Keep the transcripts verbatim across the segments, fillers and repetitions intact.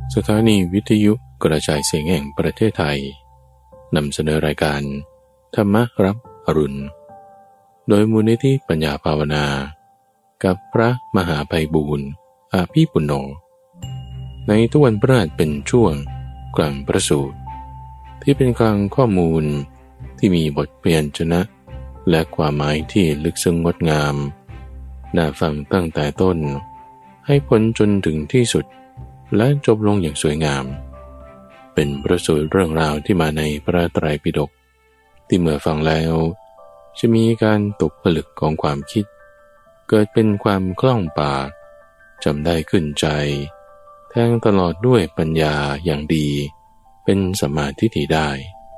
สถานีวิทยุกระจายเสียงแห่งประเทศไทยนำเสนอรายการธรรมรับอรุณโดยมูลนิธิปัญญาภาวนากับพระมหาไพบูลย์อาภีปุณโญในทุกวันพฤหัสเป็นช่วงกลางประสูตรที่เป็นกลางข้อมูลที่มีบทเปลี่ยนชนะและความหมายที่ลึกซึ้งงดงามน่าฟังตั้งแต่ต้นให้พ้นจนถึงที่สุดและจบลงอย่างสวยงามเป็นประสูตรเรื่องราวที่มาในพระไตรปิฎกที่เมื่อฟังแล้วจะมีการตกผลึกของความคิดเกิดเป็นความคล่องปากจำได้ขึ้นใจแทงตลอดด้วยปัญญาอย่างดีเป็นสัมมาทิฏฐิได้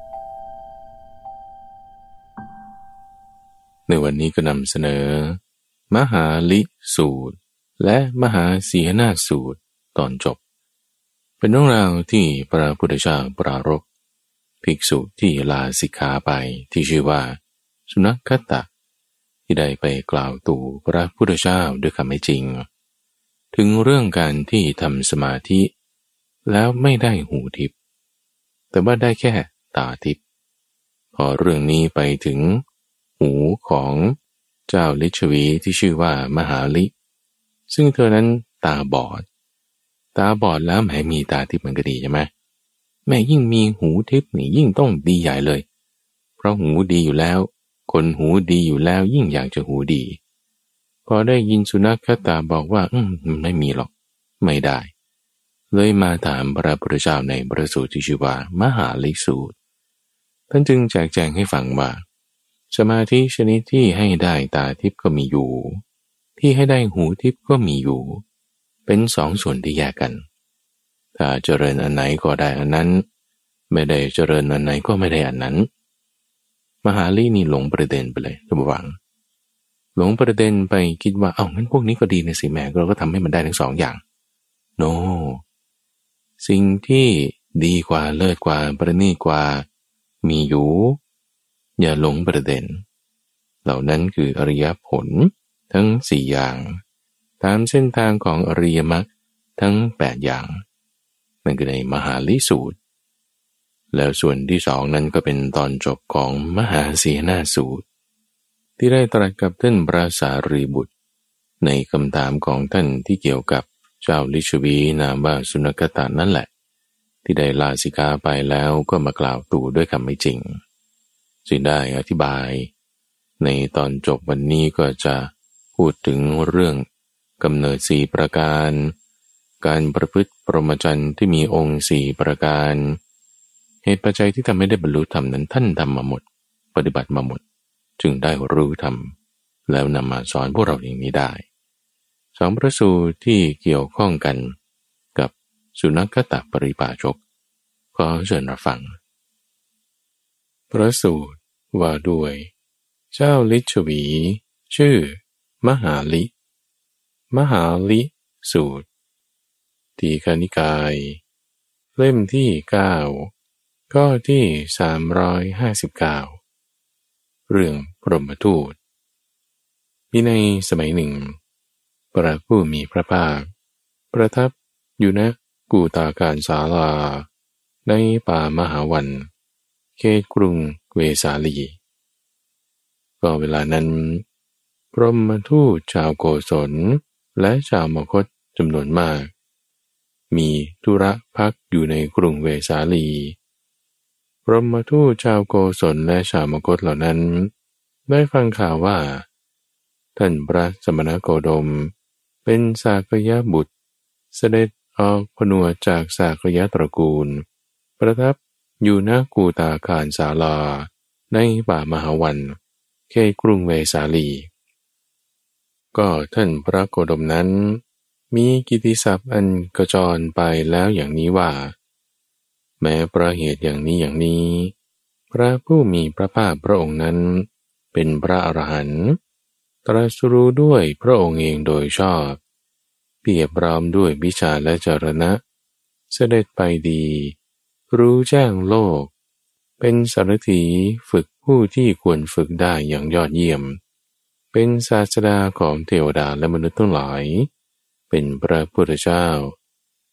ในวันนี้ก็นำเสนอมหาลิสูตรและมหาสีหนาสูตรตอนจบเป็นเรื่องราวที่พระพุทธเจ้าปรารภภิกษุที่ลาสิกขาไปที่ชื่อว่าสุนัขคัตตะที่ได้ไปกล่าวตู่พระพุทธเจ้าด้วยคำไม่จริงถึงเรื่องการที่ทำสมาธิแล้วไม่ได้หูทิพย์แต่ว่าได้แค่ตาทิพย์พอเรื่องนี้ไปถึงหูของเจ้าลิชวีที่ชื่อว่ามหาลิซึ่งเธอนั้นตาบอดตาบอดแล้วแม้มีตาทิพย์มันก็ดีใช่ไหมแม้ยิ่งมีหูทิพย์นี่ยิ่งต้องดีใหญ่เลยเพราะหูดีอยู่แล้วคนหูดีอยู่แล้วยิ่งอยากจะหูดีพอได้ยินสุนัขคัตตาบอกว่าอืมไม่มีหรอกไม่ได้เลยมาถามพระพุทธเจ้าในพระสูตรที่ชื่อว่ามหาลิสูตรท่านจึงแจกแจงให้ฟังว่าสมาธิชนิดที่ให้ได้ตาทิพย์ก็มีอยู่ที่ให้ได้หูทิพย์ก็มีอยู่เป็นสองส่วนที่แยกกันถ้าเจริญอันไหนก็ได้อันนั้นไม่ได้เจริญอันไหนก็ไม่ได้อันนั้นมหาลีนี่หลงประเด็นไปเลยระวังหลงประเด็นไปคิดว่าเอ้างั้นพวกนี้ก็ดีในสิแม่เราก็ทำให้มันได้ทั้งสองอย่างโน no. สิ่งที่ดีกว่าเลิศกว่าประณีตกว่ามีอยู่อย่าหลงประเด็นเหล่านั้นคืออริยผลทั้งสี่อย่างตามเส้นทางของอริยมรรคทั้งแปดอย่างนั่นคือในมหาลิสูตรแล้วส่วนที่สองนั้นก็เป็นตอนจบของมหาสีหนาสูตรที่ได้ตรัสกับท่านพระสารีบุตรในคำถามของท่านที่เกี่ยวกับเจ้าลิชวีนามว่าสุนัขตานั่นแหละที่ได้ลาสิกขาไปแล้วก็มากล่าวตู่ด้วยคำไม่จริงจึงได้อธิบายในตอนจบวันนี้ก็จะพูดถึงเรื่องกำเนิดสี่ประการการประพฤติพรหมจรรย์ที่มีองค์สี่ประการเหตุปัจจัยที่ทำให้ได้บรรลุธรรมนั้นท่านทำมาหมดปฏิบัติมาหมดจึงได้รู้ธรรมแล้วนำมาสอนพวกเราอย่างนี้ได้สองพระสูตรที่เกี่ยวข้องกันกับสุนัขตปริภาชกก็เชิญรับฟังพระสูตรว่าด้วยเจ้าลิชวีชื่อมหาลิมหาลิสูตรทีฆนิกายเล่มที่เก้าข้อที่สามร้อยห้าสิบเก้าเรื่องพรหมทูตมีในสมัยหนึ่งพระผู้มีพระภาคประทับอยู่ณกูตาการศาลาในป่ามหาวันเขตกรุงเวสาลีก็เวลานั้นพรหมทูตชาวโกศลและชาวมคธจำนวนมากมีธุระพักอยู่ในกรุงเวสาลีพรหมทูตชาวโกศลและชาวมคธเหล่านั้นได้ฟังข่าวว่าท่านพระสมณโคดมเป็นสากยบุตรเสด็จออกผนวดจากสากยตระกูลประทับอยู่ณกูตาคารศาลาในป่ามหาวันเขตกรุงเวสาลีก็ท่านพระโคดมนั้นมีกิตติศัพท์อันกระจรไปแล้วอย่างนี้ว่าแม้ประเหตุอย่างนี้อย่างนี้พระผู้มีพระภาคพระองค์นั้นเป็นพระอรหันต์ตรัสรู้ด้วยพระองค์เองโดยชอบเพียบพร้อมด้วยวิชาและจรณะเสด็จไปดีรู้แจ้งโลกเป็นสารถีฝึกผู้ที่ควรฝึกได้อย่างยอดเยี่ยมเป็นศาสดาของเทวดาและมนุษย์ทั้งหลายเป็นพระพุทธเจ้า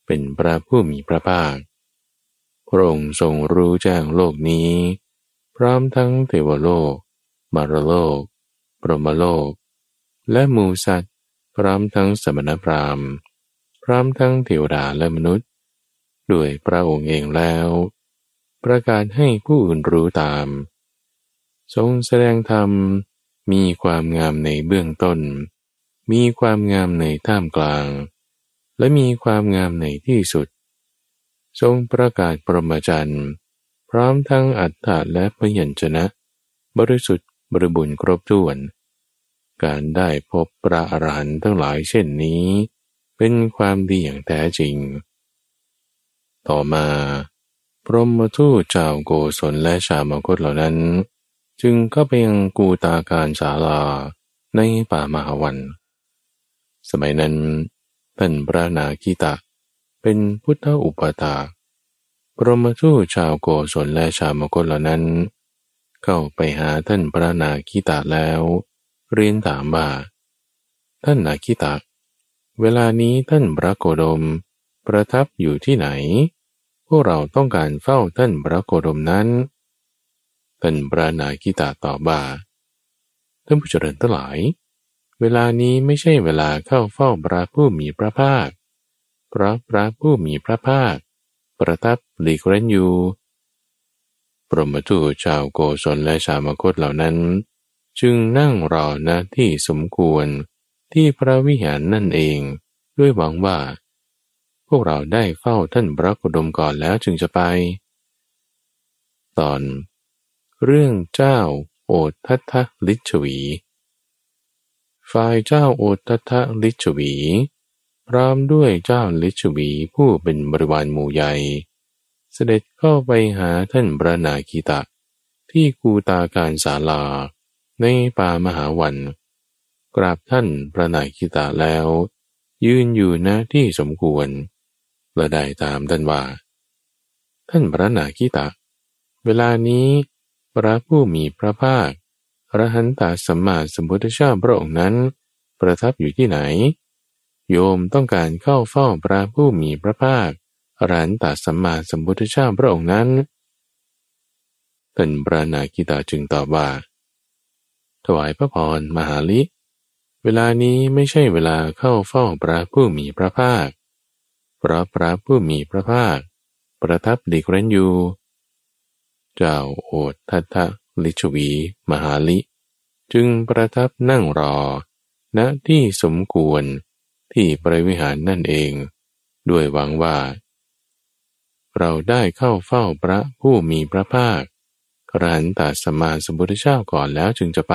เป็นพระผู้มีพระภาคพระองค์ทรงรู้แจ้งโลกนี้พร้อมทั้งเทวโลกมารโลกพรหมโลกและหมู่สัตว์พร้อมทั้งสมณพราหมณ์พร้อมทั้งเทวดาและมนุษย์ด้วยพระองค์เองแล้วประกาศให้ผู้อื่นรู้ตามทรงแสดงธรรมมีความงามในเบื้องต้นมีความงามในท่ามกลางและมีความงามในที่สุดทรงประกาศปรมาจารย์พร้อมทั้งอัฏฐะและพยัญชนะบริสุทธิ์บริบูรณ์ครบถ้วนการได้พบพระอรหันต์ทั้งหลายเช่นนี้เป็นความดีอย่างแท้จริงต่อมาพรหมทูตชาวโกศลและชาวมคธเหล่านั้นจึงเข้าไปยังกูตาการศาลาในป่ามหาวันสมัยนั้นท่านพระนาคิตะเป็นพุทธอุปถากพรหมทูตชาวโกศลและชาวมคธเหล่านั้นเข้าไปหาท่านพระนาคิตะแล้วเรียนถามว่าท่านนาคิตะเวลานี้ท่านพระโคดมประทับอยู่ที่ไหนพวกเราต้องการเฝ้าท่านพระโคดมนั้นท่านพระนาคิตะตอบว่าท่านผู้เจริญทั้งหลายเวลานี้ไม่ใช่เวลาเข้าเฝ้าพระผู้มีพระภาคเพราะพระผู้มีพระภาคประทับหลีกเร้นอยู่พรหมทูตชาวโกศลและชาวมคธเหล่านั้นจึงนั่งรอณที่สมควรที่พระวิหารนั่นเองด้วยหวังว่าพวกเราได้เฝ้าท่านพระโคดมก่อนแล้วจึงจะไปตอนเรื่องเจ้าโอททัตถลิชวีฝ่ายเจ้าโอททัตถลิชวีพร้อมด้วยเจ้าลิชวีผู้เป็นบริวารหมู่ใหญ่เสด็จเข้าไปหาท่านพระนาคิตะที่กูตาการศาลาในป่ามหาวันกราบท่านพระนาคิตะแล้วยืนอยู่ณที่สมควรและได้ตามท่านว่าท่านพระนาคิตะเวลานี้พระผู้มีพระภาคอรหันตสัมมาสัมพุทธเจ้าพระองค์นั้นประทับอยู่ที่ไหนโยมต้องการเข้าเฝ้าพระผู้มีพระภาคอรหันตสัมมาสัมพุทธเจ้าพระองค์นั้นท่านพระนาคิตะจึงตอบว่าถวายพระพรมหาลิเวลานี้ไม่ใช่เวลาเข้าเฝ้าพระผู้มีพระภาคเพราะพระผู้มีพระภาคประทับหลีกเร้นอยู่เจ้าโอททัตถลิชวีมหาลิจึงประทับนั่งรอณที่สมควรที่พระวิหารนั่นเองด้วยหวังว่าเราได้เข้าเฝ้าพระผู้มีพระภาคอรหันตสัมมาสัมพุทธเจ้าก่อนแล้วจึงจะไป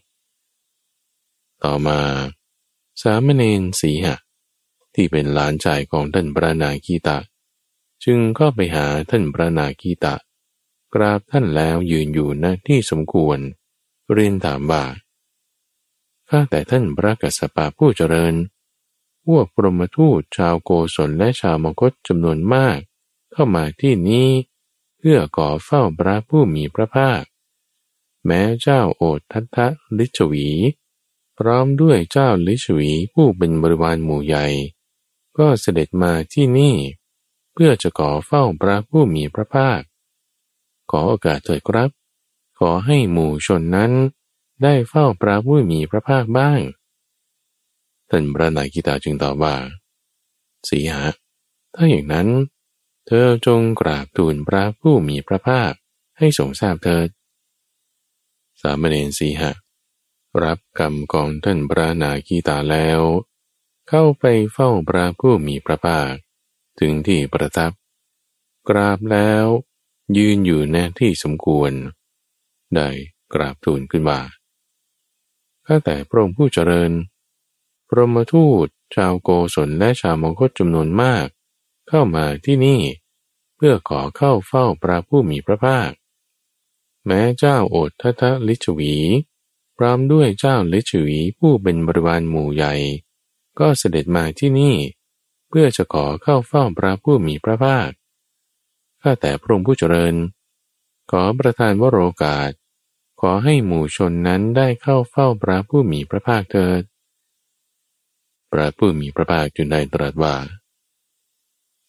ต่อมาสามเณรสีหะที่เป็นหลานชายของท่านพระนาคิตะจึงเข้าไปหาท่านพระนาคิตะกราบท่านแล้วยืนอยู่ณที่สมควรเรียนถามว่าข้าแต่ท่านพระกัสสปะผู้เจริญพวกพรหมทูตชาวโกศลและชาวมคธจำนวนมากเข้ามาที่นี้เพื่อขอเฝ้าพระผู้มีพระภาคแม้เจ้าโอททัตถลิชวีพร้อมด้วยเจ้าลิชวีผู้เป็นบริวารหมู่ใหญ่ก็เสด็จมาที่นี่เพื่อจะขอเฝ้าพระผู้มีพระภาคขอโอกาสเถิดครับขอให้หมู่ชนนั้นได้เฝ้าพระผู้มีพระภาคบ้างท่านพระนาคิตะจึงตอบว่าสีหะถ้าอย่างนั้นเธอจงกราบทูลพระผู้มีพระภาคให้ทรงทราบเถิดสามเณรสีหะรับกรรมของท่านพระนาคิตะแล้วเข้าไปเฝ้าพระผู้มีพระภาคถึงที่ประทับกราบแล้วยืนอยู่ในที่สมควรได้กราบทูลขึ้นว่าข้าแต่พระองค์ผู้เจริญพรหมทูตชาวโกศลและชาวมคธจำนวนมากเข้ามาที่นี่เพื่อขอเข้าเฝ้าพระผู้มีพระภาคแม้เจ้าโอททัตถลิชวีพร้อมด้วยเจ้าลิชวีผู้เป็นบริวารหมู่ใหญ่ก็เสด็จมาที่นี่เพื่อจะขอเข้าเฝ้าพระผู้มีพระภาคข้าแต่พระองค์ผู้เจริญขอประทานวโรกาสขอให้หมู่ชนนั้นได้เข้าเฝ้าพระผู้มีพระภาคเถิดพระผู้มีพระภาคจึงได้ตรัสว่า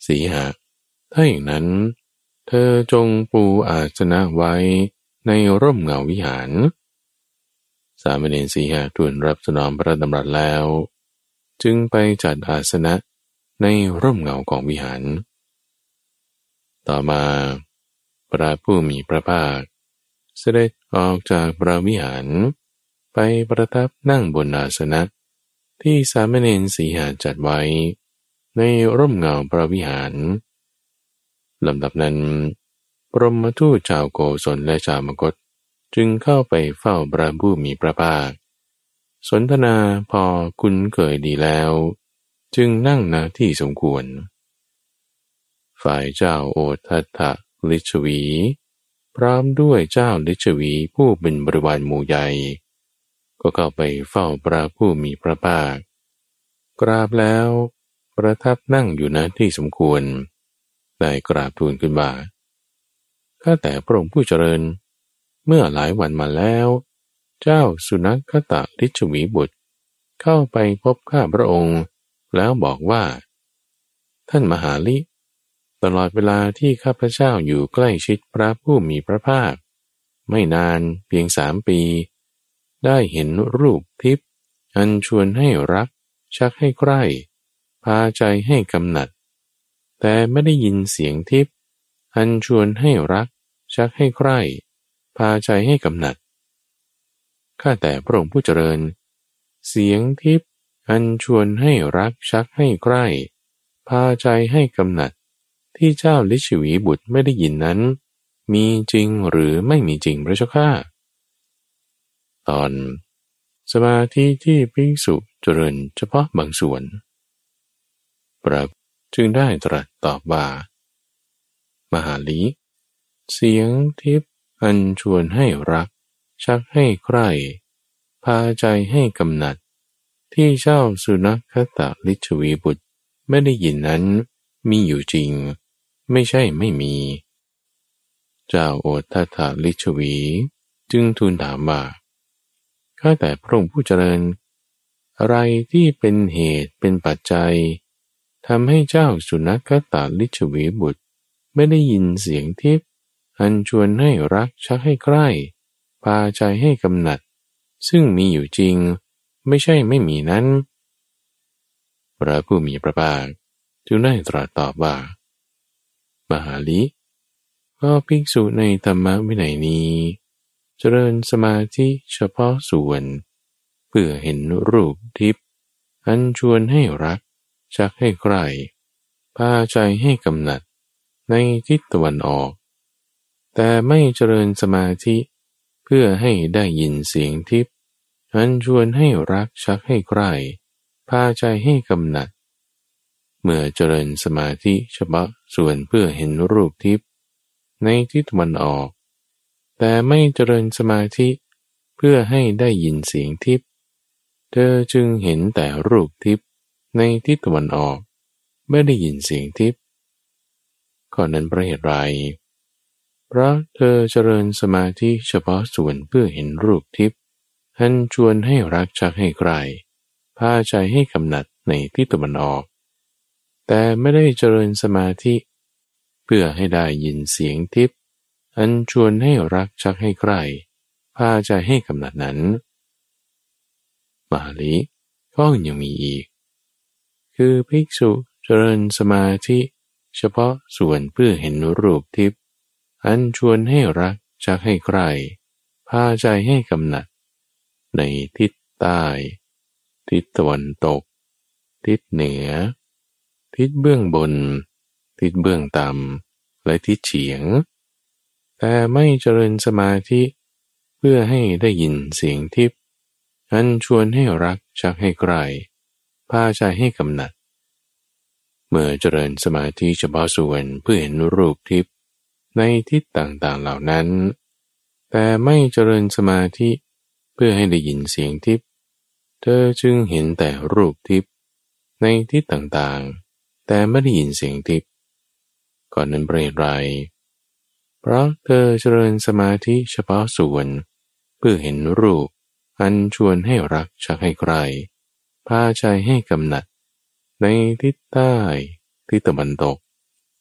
สีหะถ้าอย่างนั้นเธอจงปูอาสนะไว้ในร่มเงาวิหารสามเณรสีหะทูลรับสนองพระดำรัสแล้วจึงไปจัดอาสนะในร่มเงาของวิหารต่อมาพระผู้มีพระภาคเสด็จออกจากพระวิหารไปประทับนั่งบนอาสนะที่สามเณรสีหะจัดไว้ในร่มเงาพระวิหารลำดับนั้นพรหมทูตชาวโกศลและชาวมคธจึงเข้าไปเฝ้าพระผู้มีพระภาคสนทนาพอคุ้นเคยดีแล้วจึงนั่งณที่สมควรฝ่ายเจ้าโอทัตถลิชวีพร้อมด้วยเจ้าลิชวีผู้เป็นบริวารหมู่ใหญ่ก็เข้าไปเฝ้าพระผู้มีพระภาคกราบแล้วประทับนั่งอยู่ณที่สมควรได้กราบทูลขึ้นว่าข้าแต่พระองค์ผู้เจริญเมื่อหลายวันมาแล้วเจ้าสุนัขตลิชวีบุตรเข้าไปพบข้าพระองค์แล้วบอกว่าท่านมหาลิตลอดเวลาที่ข้าพเจ้าอยู่ใกล้ชิดพระผู้มีพระภาคไม่นานเพียงสามปีได้เห็นรูปทิพย์อันชวนให้รักชักให้ใคร่พาใจให้กำหนัดแต่ไม่ได้ยินเสียงทิพย์อันชวนให้รักชักให้ใคร่พาใจให้กำหนัดข้าแต่พระองค์ผู้เจริญเสียงทิพย์อันชวนให้รักชักให้ใคร่พาใจให้กำหนัดที่เจ้าลิชวีบุตรไม่ได้ยินนั้นมีจริงหรือไม่มีจริงพระเจ้าข้าตอนสมาธิที่ภิกษุเจริญเฉพาะบางส่วนพระจึงได้ตรัสตอบว่ามหาลีเสียงทิพย์อันชวนให้รักชักให้ใคร่พาใจให้กำหนัดที่เจ้าสุนัขตลิชวีบุตรไม่ได้ยินนั้นมีอยู่จริงไม่ใช่ไม่มีเจ้าโอทัตถลิชวีจึงทูลถามว่าข้าแต่พระองค์ผู้เจริญอะไรที่เป็นเหตุเป็นปัจจัยทำให้เจ้าสุนัขตลิชวีบุตรไม่ได้ยินเสียงทิพย์อันชวนให้รักชักให้ใคร่พาใจให้กำหนัดซึ่งมีอยู่จริงไม่ใช่ไม่มีนั้นพระผู้มีพระภาคจึงได้ตรัสตอบว่ามหาลิก็ภิกษุในธรรมวินัยนี้เจริญสมาธิเฉพาะส่วนเพื่อเห็นรูปทิพย์อันชวนให้รักชักให้ใคร่พาใจให้กำหนัดในทิศตะวันออกแต่ไม่เจริญสมาธิเพื่อให้ได้ยินเสียงทิพย์อันชวนให้รักชักให้ใคร่พาใจให้กำหนัดเมื่อเจริญสมาธิเฉพาะส่วนเพื่อเห็นรูปทิพย์ในทิศตะวันออกแต่ไม่เจริญสมาธิเพื่อให้ได้ยินเสียงทิพย์เธอจึงเห็นแต่รูปทิพย์ในทิศตะวันออกไม่ได้ยินเสียงทิพย์ข้อนั้นเพราะเหตุไรเพราะเธอเจริญสมาธิเฉพาะส่วนเพื่อเห็นรูปทิพย์อันชวนให้รักชักให้ใคร่พาใจให้กำหนัดในทิศตะวันออกแต่ไม่ได้เจริญสมาธิเพื่อให้ได้ยินเสียงทิพย์อันชวนให้รักชักให้ใคร่พาใจให้กำหนัดนั้นมหาลิก็ยังมีอีกคือภิกษุเจริญสมาธิเฉพาะส่วนเพื่อเห็นรูปทิพย์อันชวนให้รักชักให้ใคร่พาใจให้กำหนัดในทิศใต้ทิศตะวันตกทิศเหนือทิศเบื้องบนทิศเบื้องต่ำและทิศเฉียงแต่ไม่เจริญสมาธิเพื่อให้ได้ยินเสียงทิพย์อันชวนให้รักชักให้ใคร่พาใจให้กำหนัดเมื่อเจริญสมาธิเฉพาะส่วนเพื่อเห็นรูปทิพย์ในทิศต่างๆเหล่านั้นแต่ไม่เจริญสมาธิเพื่อให้ได้ยินเสียงทิพย์เธอจึงเห็นแต่รูปทิพย์ในทิศต่างๆแต่ไม่ได้ยินเสียงทิพย์ก่อนนั้นเพราะเหตุไรเพราะเธอเจริญสมาธิเฉพาะส่วนเพื่อเห็นรูปอันชวนให้รักชักให้ใคร่พาใจให้กำหนัดในทิศใต้ทิศตะวันตก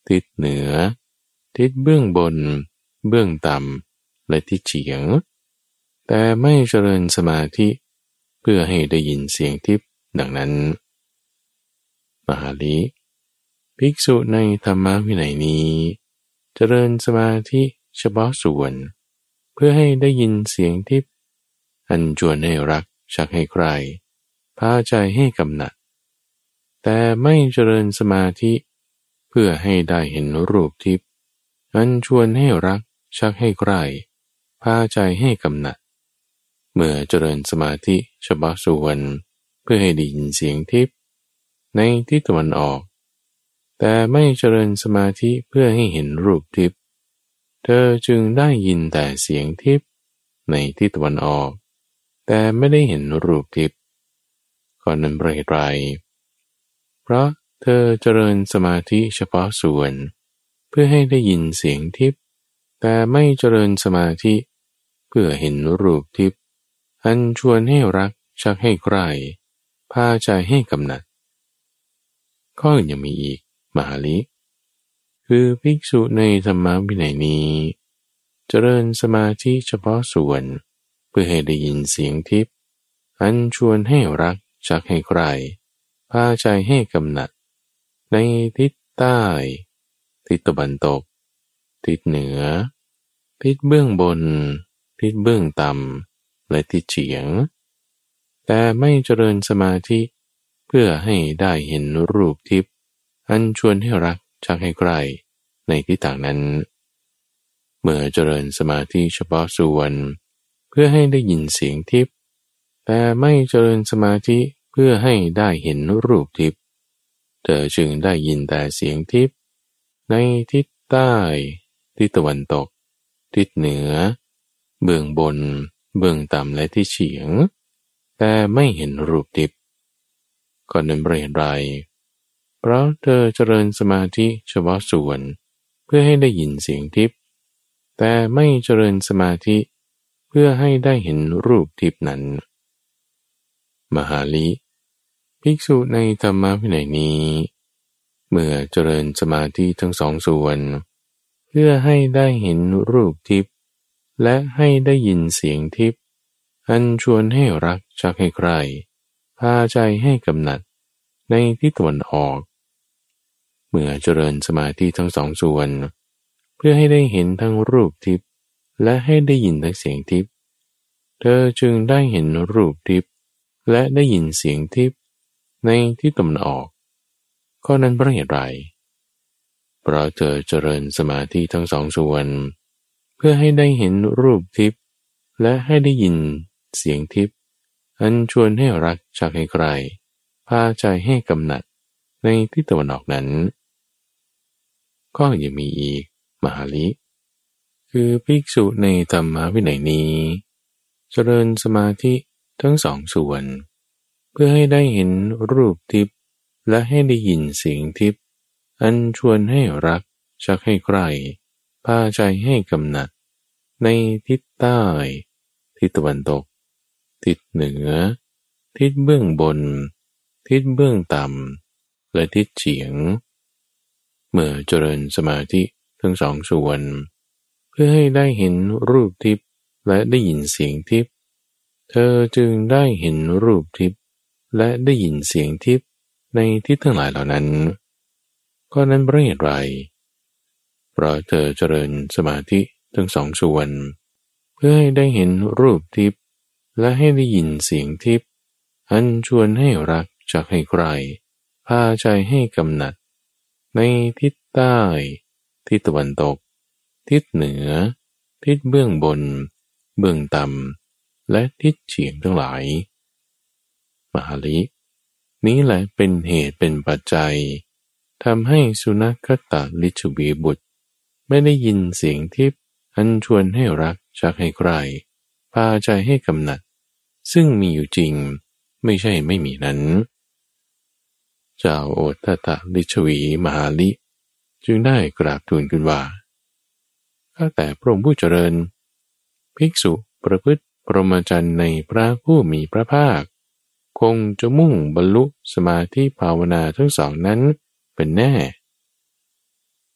ทิศเหนือทิศเบื้องบนเบื้องต่ำและทิศเฉียงแต่ไม่เจริญสมาธิเพื่อให้ได้ยินเสียงทิพย์ดังนั้นมหาลีภิกษุในธรรมวินัยนี้เจริญสมาธิเฉพาะส่วนเพื่อให้ได้ยินเสียงทิพย์อันชวนให้รักชักให้ใครพาใจให้กำหนัดแต่ไม่เจริญสมาธิเพื่อให้ได้เห็นรูปทิพย์อันชวนให้รักชักให้ใครพาใจให้กำหนัดเมื่อเจริญสมาธิเฉพาะส่วนเพื่อให้ได้ยินเสียงทิพย์ในทิศตะวันออกแต่ไม่เจริญสมาธิเพื่อให้เห็นรูปทิพย์เธอจึงได้ยินแต่เสียงทิพย์ในทิศตะวันออกแต่ไม่ได้เห็นรูปทิพย์ก่อนนั้นเพราะเหตุไรเพราะเธอเจริญสมาธิเฉพาะส่วนเพื่อให้ได้ยินเสียงทิพย์แต่ไม่เจริญสมาธิเพื่อเห็นรูปทิพย์อันชวนให้รักชักให้ใคร่พาใจให้กำหนัดข้ออื่นยังมีอีกมหาลิคือภิกษุในธรรมวินัยนี้เจริญสมาธิเฉพาะส่วนเพื่อให้ได้ยินเสียงทิพย์อันชวนให้รักชักให้ใคร่พาใจให้กำหนัดในทิศใต้ทิศตะวันตกทิศเหนือทิศเบื้องบนทิศเบื้องต่ำและทิศเฉียงแต่ไม่เจริญสมาธิเพื่อให้ได้เห็นรูปทิพย์อันชวนให้รักชักให้ใคร่ในทิศต่างนั้นเมื่อเจริญสมาธิเฉพาะส่วนเพื่อให้ได้ยินเสียงทิพย์แต่ไม่เจริญสมาธิเพื่อให้ได้เห็นรูปทิพย์เธอจึงได้ยินแต่เสียงทิพย์ในทิศใต้ทิศตะวันตกทิศเหนือเบื้องบนเบื้องต่ำและทิศเฉียงแต่ไม่เห็นรูปทิพย์ก่อนนั้นเพราะเหตุไรเพราะเธอเจริญสมาธิเฉพาะส่วนเพื่อให้ได้ยินเสียงทิพย์แต่ไม่เจริญสมาธิเพื่อให้ได้เห็นรูปทิพย์นั้นมหาลิภิกษุในธรรมวินัยนี้เมื่อเจริญสมาธิทั้งสองส่วนเพื่อให้ได้เห็นรูปทิพย์และให้ได้ยินเสียงทิพย์อันชวนให้รักชักให้ใคร่พาใจให้กำหนัดในทิศตะวันออกเมื่อเจริญสมาธิทั้งสองส่วนเพื่อให้ได้เห็นทั้งรูปทิพย์และให้ได้ยินทั้งเสียงทิพย์เธอจึงได้เห็นรูปทิพย์และได้ยินเสียงทิพย์ในทิศตะวันออกข้อนั้นเพราะเหตุไรเพราะเธอเจริญสมาธิทั้งสองส่วนเพื่อให้ได้เห็นรูปทิพย์และให้ได้ยินเสียงทิพย์อันชวนให้รักชักให้ใคร่พาใจให้กำหนัดในทิศตะวันออกนั้นก็ยังมีอีกมหาลิคือภิกษุในธรรมวินัยนี้เจริญสมาธิทั้งสองส่วนเพื่อให้ได้เห็นรูปทิพย์และให้ได้ยินเสียงทิพย์อันชวนให้รักชักให้ใคร่พาใจให้กำหนัดในทิศใต้ทิศตะวันตกทิศเหนือทิศเบื้องบนทิศเบื้องต่ำและทิศเฉียงเมื่อเจริญสมาธิทั้งสองส่วนเพื่อให้ได้เห็นรูปทิพย์และได้ยินเสียงทิพย์เธอจึงได้เห็นรูปทิพย์และได้ยินเสียงทิพย์ในทิศทั้งหลายเหล่านั้นก็นั้นเพราะเหตุไรเพราะเธอเจริญสมาธิทั้งสองส่วนเพื่อให้ได้เห็นรูปทิพย์และให้ได้ยินเสียงทิพย์อันชวนให้รักชักให้ใคร่พาใจให้กำหนัดในทิศใต้ทิศตะวันตกทิศเหนือทิศเบื้องบนเบื้องต่ำและทิศเฉียงทั้งหลายมหาลินี้แหละเป็นเหตุเป็นปัจจัยทำให้สุนัขตลิชวีบุตรไม่ได้ยินเสียงทิพย์อันชวนให้รักชักให้ใคร่พาใจให้กำหนัดซึ่งมีอยู่จริงไม่ใช่ไม่มีนั้นเจ้าโอทตตลิชวีมหาลิจึงได้กราบทูลขึ้นว่าข้าแต่พระองค์ผู้เจริญภิกษุประพฤติพรหมจรรย์ในพระผู้มีพระภาคคงจะมุ่งบรรลุสมาธิภาวนาทั้งสองนั้นเป็นแน่พ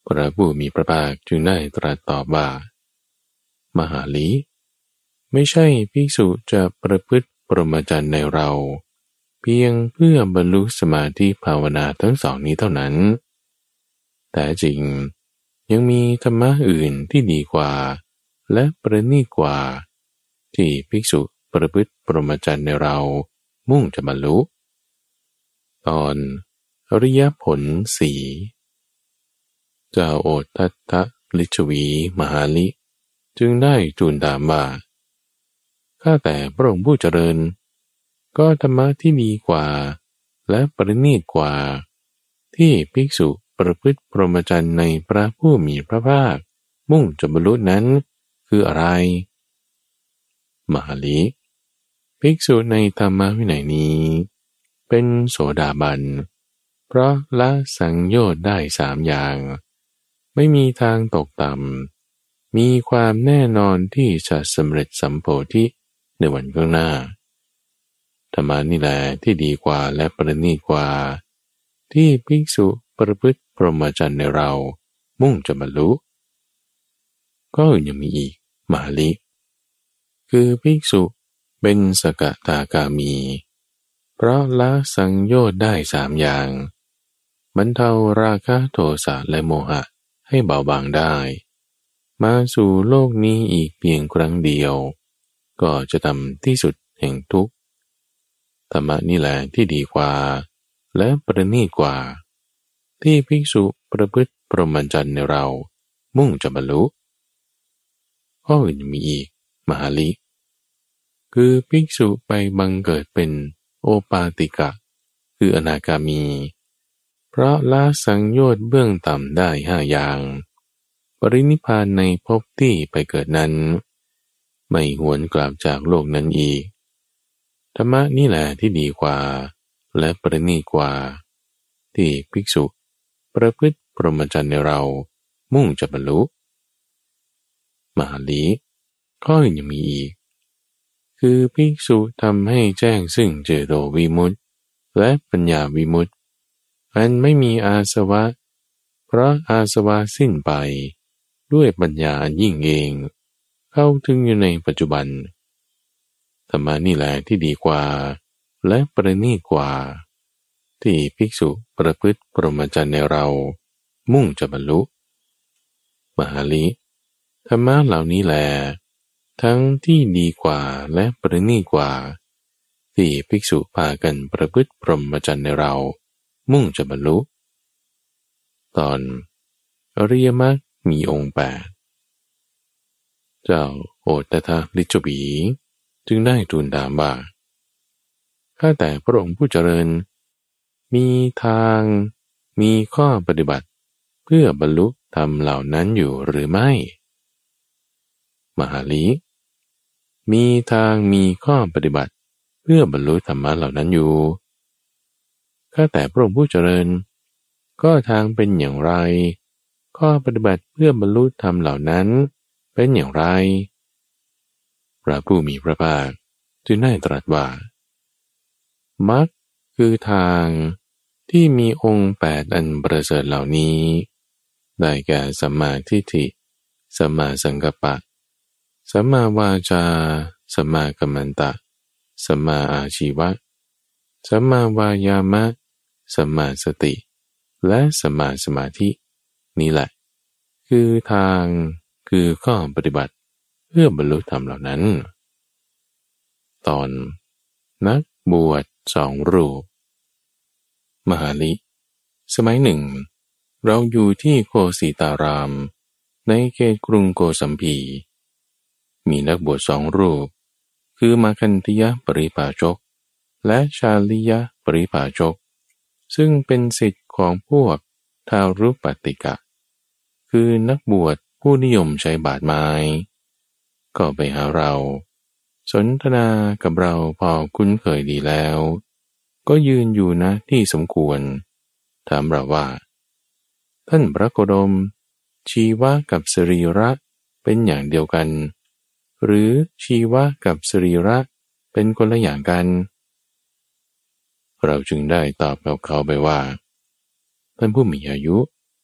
พระผู้มีพระภาคจึงได้ตรัสตอบว่ามหาลีไม่ใช่ภิกษุจะประพฤติพรหมจรรย์ในเราเพียงเพื่อบรรลุสมาธิภาวนาทั้งสองนี้เท่านั้นแต่จริงยังมีธรรมะอื่นที่ดีกว่าและประณีตกว่าที่ภิกษุประพฤติพรหมจรรย์ในเรามุ่งจะบรรลุตอนอริยผลสี่เจ้าโอทธัตถลิชวีมหาลิจึงได้ทูลถามว่าข้าแต่พระองค์ผู้เจริญก็ธรรมะที่ดีกว่าและประณีตกว่าที่ภิกษุประพฤติพรหมจรรย์ในพระผู้มีพระภาคมุ่งจะบรรลุนั้นคืออะไรมหาลิภิกษุในธรรมวินัยนี้เป็นโสดาบันเพราะละสังโยชน์ได้สามอย่างไม่มีทางตกต่ำมีความแน่นอนที่จะสำเร็จสัมโพธิในวันข้างหน้าธรรมานี่แหละที่ดีกว่าและประณีตกว่าที่ภิกษุประพฤติพรหมจรรย์ในเรามุ่งจะบรรลุก็ยังมีอีกมหาลิคือภิกษุเป็นสกทาคามีเพราะละสังโยชน์ได้สามอย่างบรรเทาราคะโทสะและโมหะให้เบาบางได้มาสู่โลกนี้อีกเพียงครั้งเดียวก็จะทำที่สุดแห่งทุกข์ธรรมะนี่แหละที่ดีกว่าและประณีตกว่าที่ภิกษุประพฤติพรหมจรรย์ในเรามุ่งจะบรรลุข้ออื่นมีอีกมหาลิคือภิกษุไปบังเกิดเป็นโอปาติกะคืออนาคามีเพราะละสังโยชน์เบื้องต่ำได้ห้าอย่างปรินิพพานในภพที่ไปเกิดนั้นไม่หวนกลับจากโลกนั้นอีกธรรมะนี่แหละที่ดีกว่าและประณีตกว่าที่ภิกษุประพฤติพรหมจรรย์ในเรามุ่งจะบรรลุมหาลีข้ออื่นยังมีอีกคือภิกษุทำให้แจ้งซึ่งเจโตวิมุตติและปัญญาวิมุตติอันไม่มีอาสวะเพราะอาสวะสิ้นไปด้วยปัญญาอันยิ่งเองเข้าถึงอยู่ในปัจจุบันธรรมะนี่แหละที่ดีกว่าและประณีตกว่าที่ภิกษุประพฤติพรหมจรรย์ในเรามุ่งจะบรรลุมหาลิธรรมะเหล่านี้แลทั้งที่ดีกว่าและประณีตกว่าที่ภิกษุพากันประพฤติพรหมจรรย์ในเรามุ่งจะบรรลุตอนอริยมรรคมีองค์แปดเจ้าโอทธัตถลิชวีจึงได้ทูลถามว่าข้าแต่พระองค์ผู้เจริญมีทางมีข้อปฏิบัติเพื่อบรรลุธรรมเหล่านั้นอยู่หรือไม่มหาลีมีทางมีข้อปฏิบัติเพื่อบรรลุธรรมะเหล่านั้นอยู่ข้าแต่พระองค์ผู้เจริญก็ทางเป็นอย่างไรข้อปฏิบัติเพื่อบรรลุธรรมเหล่านั้นเป็นอย่างไรพระผู้มีพระภาคจึงได้ตรัสว่ามรรคคือทางที่มีองค์แปดอันประเสริฐเหล่านี้ได้แก่สัมมาทิฏฐิสัมมาสังกัปปะสัมมาวาจาสัมมากัมมันตะสัมมาอาชีวะสัมมาวายามะสัมมาสติและสัมมาสมาธินี่แหละคือทางคือข้อปฏิบัติเพื่อบรรลุธรรมเหล่านั้นตอนนักบวชสองรูปมหาลิสมัยหนึ่งเราอยู่ที่โคสิตารามในเขตกรุงโกสัมพีมีนักบวชสองรูปคือมาคันธยปริภาชกและชาลิยปริภาชกซึ่งเป็นศิษย์ของพวกทารุปติกะคือนักบวชผู้นิยมใช้บาทไม้ก็ไปหาเราสนทนากับเราพอคุ้นเคยดีแล้วก็ยืนอยู่นะที่สมควรถามเราว่าท่านพระโคดมชีวะกับสรีระเป็นอย่างเดียวกันหรือชีวะกับสรีระเป็นคนละอย่างกันเราจึงได้ตอบกับเขาไปว่าท่านผู้มีอายุ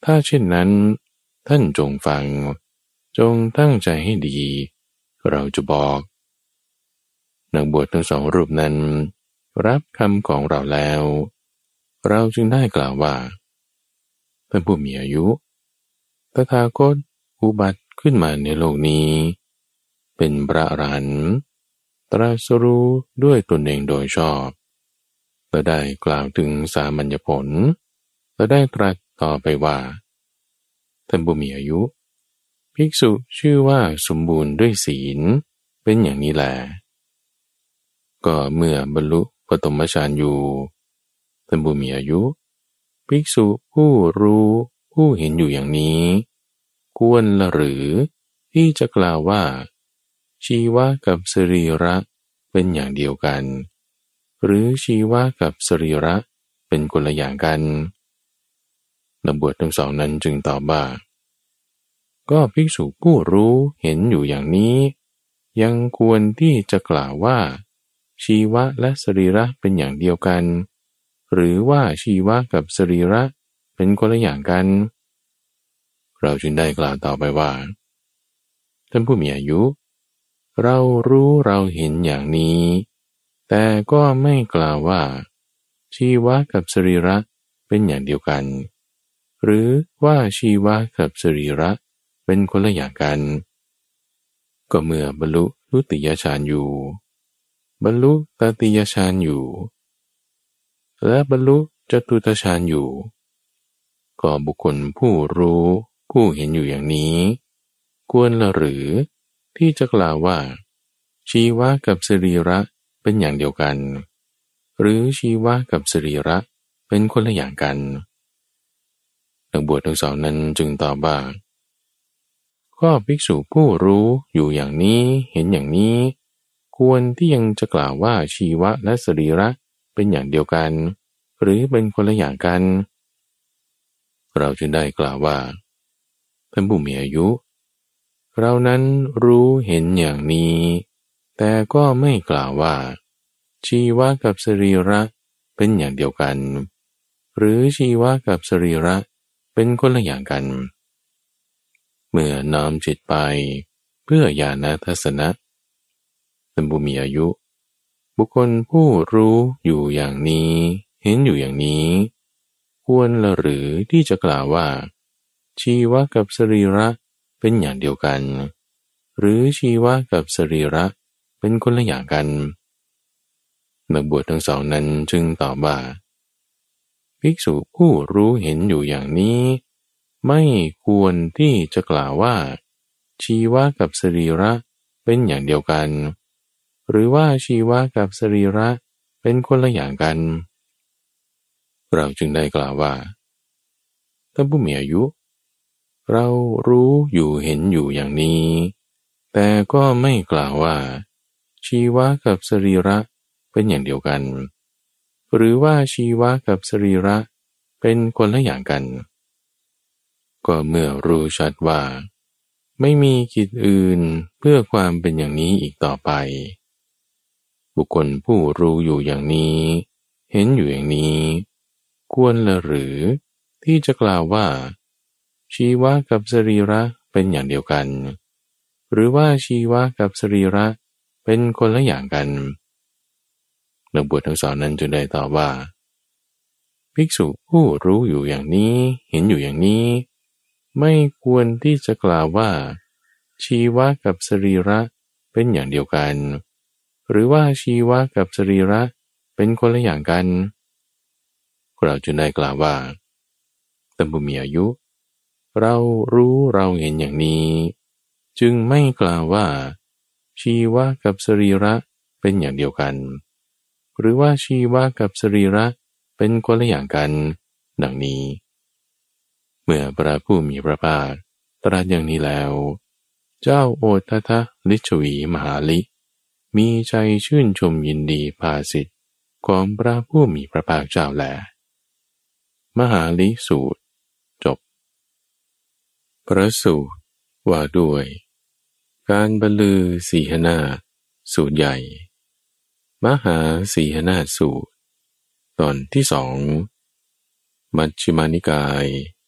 ถ้าเช่นนั้นท่านจงฟังจงตั้งใจให้ดีเราจะบอกนักบวชทั้งสองรูปนั้นรับคำของเราแล้วเราจึงได้กล่าวว่าท่านผู้มีอายุตถาคตอุบัติขึ้นมาในโลกนี้เป็นพระอรหันต์ตรัสรู้ด้วยตนเองโดยชอบและได้กล่าวถึงสามัญญผลและได้ตรัสต่อไปว่าท่านผู้มีอายุภิกษุชื่อว่าสมบูรณ์ด้วยศีลเป็นอย่างนี้แลก็เมื่อบรรลุปฐมฌานอยู่ท่านผู้มีอายุภิกษุผู้รู้ผู้เห็นอยู่อย่างนี้ควรละหรือที่จะกล่าวว่าชีวะกับสรีระเป็นอย่างเดียวกันหรือชีวะกับสรีระเป็นคนละอย่างกันนักบวชทั้งสองนั้นจึงตอบว่าก็ภิกษุผู้รู้เห็นอยู่อย่างนี้ยังควรที่จะกล่าวว่าชีวะและสรีระเป็นอย่างเดียวกันหรือว่าชีวะกับสรีระเป็นคนละอย่างกันเราจึงได้กล่าวต่อไปว่าท่านผู้มีอายุเรารู้เราเห็นอย่างนี้แต่ก็ไม่กล่าวว่าชีวะกับสรีระเป็นอย่างเดียวกันหรือว่าชีวะกับสรีระเป็นคนละอย่างกันก็เมื่อบรรลุทุติยฌานอยู่บรรลุตติยฌานอยู่และบรรลุจตุตฌานอยู่ก็บุคคลผู้รู้ผู้เห็นอยู่อย่างนี้ควรละหรือที่จะกล่าวว่าชีวะกับสรีระเป็นอย่างเดียวกันหรือชีวะกับสรีระเป็นคนละอย่างกันนักบวชทั้งสองนั้นจึงตอบว่าก็ภิกษุผู้รู้อยู่อย่างนี้เห็นอย่างนี้ควรที่ยังจะกล่าวว่าชีวะและสรีระเป็นอย่างเดียวกันหรือเป็นคนละอย่างกันเราจึงได้กล่าวว่าท่านผู้มีอายุเรานั้นรู้เห็นอย่างนี้แต่ก็ไม่กล่าวว่าชีวะกับสรีระเป็นอย่างเดียวกันหรือชีวะกับสรีระเป็นคนละอย่างกันเมื่อน้อมจิตไปเพื่อญาณทัศนะท่านผู้มีอายุบุคคลผู้รู้อยู่อย่างนี้เห็นอยู่อย่างนี้ควรละหรือที่จะกล่าวว่าชีวะกับสรีระเป็นอย่างเดียวกันหรือชีวะกับสรีระเป็นคนละอย่างกันนักบวชทั้งสองนั้นจึงตอบว่าภิกษุผู้รู้เห็นอยู่อย่างนี้ไม่ควรที่จะกล่าวว่าชีวะกับสรีระเป็นอย่างเดียวกันหรือว่าชีวะกับสรีระเป็นคนละอย่างกันเราจึงได้กล่าวว่าท่านผู้มีอายุเรารู้อยู่เห็นอยู่อย่างนี้แต่ก็ไม่กล่าวว่าชีวะกับสรีระเป็นอย่างเดียวกันหรือว่าชีวะกับสรีระเป็นคนละอย่างกันก็เมื่อรู้ชัดว่าไม่มีกิจอื่นเพื่อความเป็นอย่างนี้อีกต่อไปบุคคลผู้รู้อยู่อย่างนี้เห็นอยู่อย่างนี้ควรละหรือที่จะกล่าวว่าชีวะกับสรีระเป็นอย่างเดียวกันหรือว่าชีวะกับสรีระเป็นคนละอย่างกันนักบวชทั้งสองนั้นจึงได้ตอบว่าภิกษุผู้รู้อยู่อย่างนี้เห็นอยู่อย่างนี้ไม่ควรที่จะกล่าวว่าชีวะกับสรีระเป็นอย่างเดียวกันหรือว่าชีวะกับสรีระเป็นคนละอย่างกันเราจึงได้กล่าวว่าท่านผู้มีอายุเรารู้เราเห็นอย่างนี้จึงไม่กล่าวว่าชีวะกับสรีระเป็นอย่างเดียวกันหรือว่าชีวะกับสรีระเป็นคนละอย่างกันดังนี้เมื่อพระผู้มีพระภาคตรัสอย่างนี้แล้วเจ้าโอทัทธลิชวีมหาลิมีใจชื่นชมยินดีภาสิทธิ์ของพระผู้มีพระภาคเจ้าแลมหาลิสูตรจบพระสูตรว่าด้วยการบรรลือสีหนาฏสูตรใหญ่มหาสีหนาฏสูตรตอนที่สองมัชฌิมานิกาย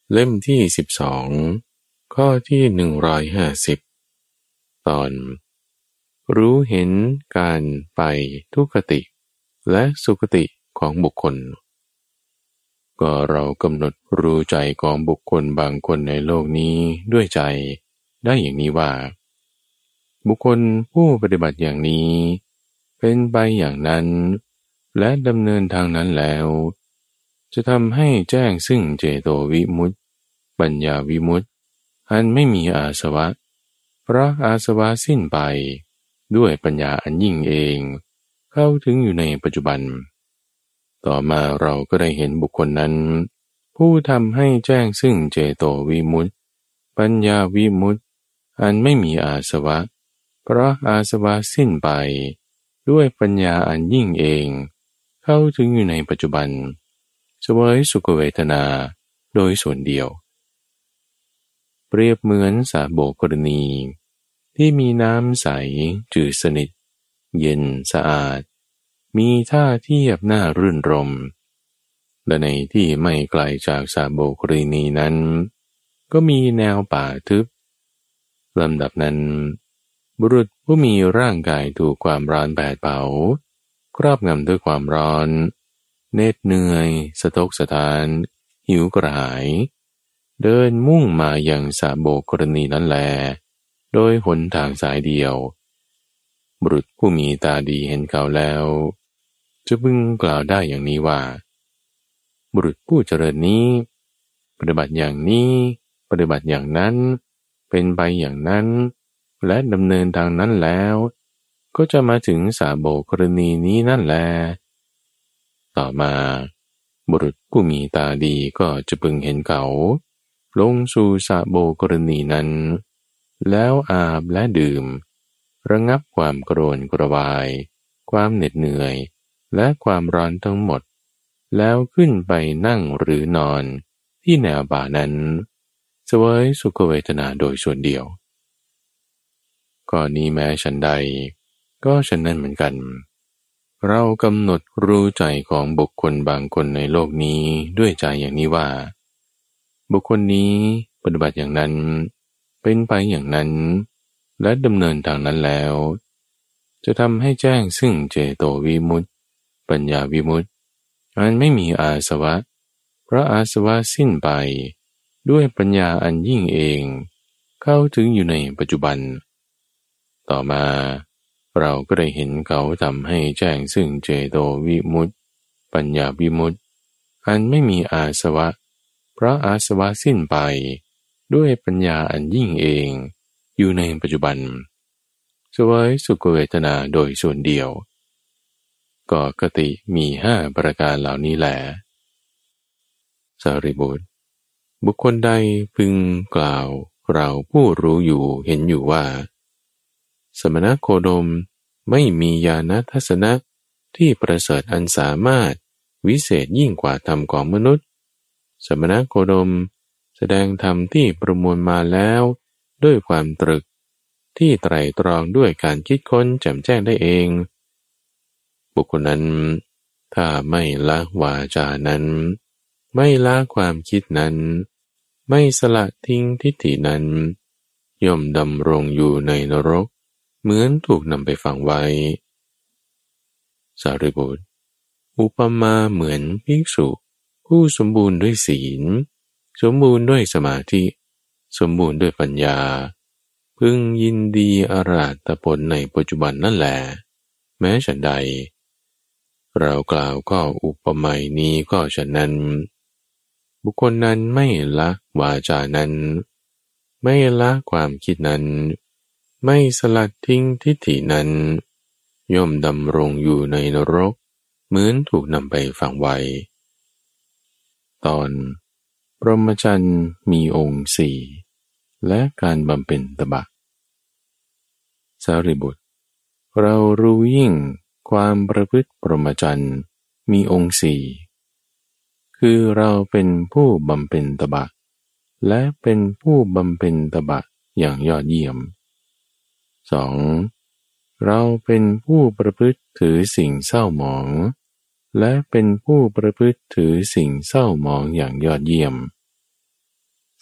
เล่มที่สิบสองข้อที่หนึ่งร้อยห้าสิบตอนรู้เห็นการไปทุกขติและสุขติของบุคคลก็เรากำหนดรู้ใจของบุคคลบางคนในโลกนี้ด้วยใจได้อย่างนี้ว่าบุคคลผู้ปฏิบัติอย่างนี้เป็นไปอย่างนั้นและดำเนินทางนั้นแล้วจะทำให้แจ้งซึ่งเจโตวิมุตติปัญญาวิมุตติอันไม่มีอาสวะเพราะอาสวะสิ้นไปด้วยปัญญาอันยิ่งเองเข้าถึงอยู่ในปัจจุบันต่อมาเราก็ได้เห็นบุคคลนั้นผู้ทำให้แจ้งซึ่งเจโตวิมุตติปัญญาวิมุตติอันไม่มีอาสวะเพราะอาสวะสิ้นไปด้วยปัญญาอันยิ่งเองเข้าถึงอยู่ในปัจจุบันเสวยสุขเวทนาโดยส่วนเดียวเปรียบเหมือนสาโบกรณีที่มีน้ำใสจืดสนิทเย็นสะอาดมีท่าเทียบน่ารื่นรมและในที่ไม่ไกลจากสาโบกรณีนั้นก็มีแนวป่าทึบลำดับนั้นบุรุษผู้มีร่างกายถูกความร้อนแผดเผาครอบงำด้วยความร้อนเหน็ดเหนื่อยสะทกสะท้านหิวกระหายเดินมุ่งมาอย่างสาโบกรณีนั้นแลโดยหนทางสายเดียวบุรุษผู้มีตาดีเห็นเขาแล้วจะพึงกล่าวได้อย่างนี้ว่าบุรุษผู้เจริญนี้ปฏิบัติอย่างนี้ปฏิบัติอย่างนั้นเป็นไปอย่างนั้นและดำเนินทางนั้นแล้วก็จะมาถึงสาโบกรณีนี้นั่นแลต่อมาบุรุษผู้มีตาดีก็จะพึงเห็นเขาลงสู่สาโบกรณีนั้นแล้วอาบและดื่มระงับความโกรธกระวายความเหน็ดเหนื่อยและความร้อนทั้งหมดแล้วขึ้นไปนั่งหรือนอนที่แนวบ่านั้นเสวยสุขเวทนาโดยส่วนเดียวก่อนนี้แม้ฉันใดก็ฉันนั้นเหมือนกันเรากำหนดรู้ใจของบุคคลบางคนในโลกนี้ด้วยใจอย่างนี้ว่าบุคคลนี้ปฏิบัติอย่างนั้นเป็นไปอย่างนั้นและดำเนินทางนั้นแล้วจะทำให้แจ้งซึ่งเจโตวิมุตติปัญญาวิมุตติอันไม่มีอาสวะเพราะอาสวะสิ้นไปด้วยปัญญาอันยิ่งเองเข้าถึงอยู่ในปัจจุบันต่อมาเราก็ได้เห็นเขาทำให้แจ้งซึ่งเจโตวิมุตติปัญญาวิมุตติอันไม่มีอาสวะเพราะอาสวะสิ้นไปด้วยปัญญาอันยิ่งเองอยู่ในปัจจุบันเสวยสุขเวทนาโดยส่วนเดียวก็คติมีห้าประการเหล่านี้แหละสารีบุตรบุคคลใดพึงกล่าวเราผู้รู้อยู่เห็นอยู่ว่าสมณโคดมไม่มีญาณทัศนะที่ประเสริฐอันสามารถวิเศษยิ่งกว่าธรรมของมนุษย์สมณโคดมแสดงธรรมที่ประมวลมาแล้วด้วยความตรึกที่ไตร่ตรองด้วยการคิดค้นแจ่มแจ้งได้เองบุคคลนั้นถ้าไม่ละวาจานั้นไม่ละความคิดนั้นไม่สละทิ้งทิฏฐินั้นย่อมดำรงอยู่ในนรกเหมือนถูกนำไปฝังไว้สารีบุตรอุปมาเหมือนภิกษุผู้สมบูรณ์ด้วยศีลสมบูรณ์ด้วยสมาธิสมบูรณ์ด้วยปัญญาพึงยินดีอราตผลในปัจจุบันนั่นแหละแม้ฉันใดเรากล่าวก็อุปมานี้ก็ฉะนั้นบุคคลนั้นไม่ละวาจานั้นไม่ละความคิดนั้นไม่สลัดทิ้งทิฏฐินั้นย่อมดำรงอยู่ในนรกเหมือนถูกนำไปฝังไว้ตอนพรหมจรรย์มีองค์สี่และการบำเพ็ญตบะสารีบุตรเรารู้ยิ่งความประพฤติพรหมจรรย์มีองค์สี่คือเราเป็นผู้บำเพ็ญตบะและเป็นผู้บำเพ็ญตบะอย่างยอดเยี่ยม สอง เราเป็นผู้ประพฤติถือสิ่งเศร้าหมองและเป็นผู้ประพฤติถือสิ่งเศร้าหมองอย่างยอดเยี่ยม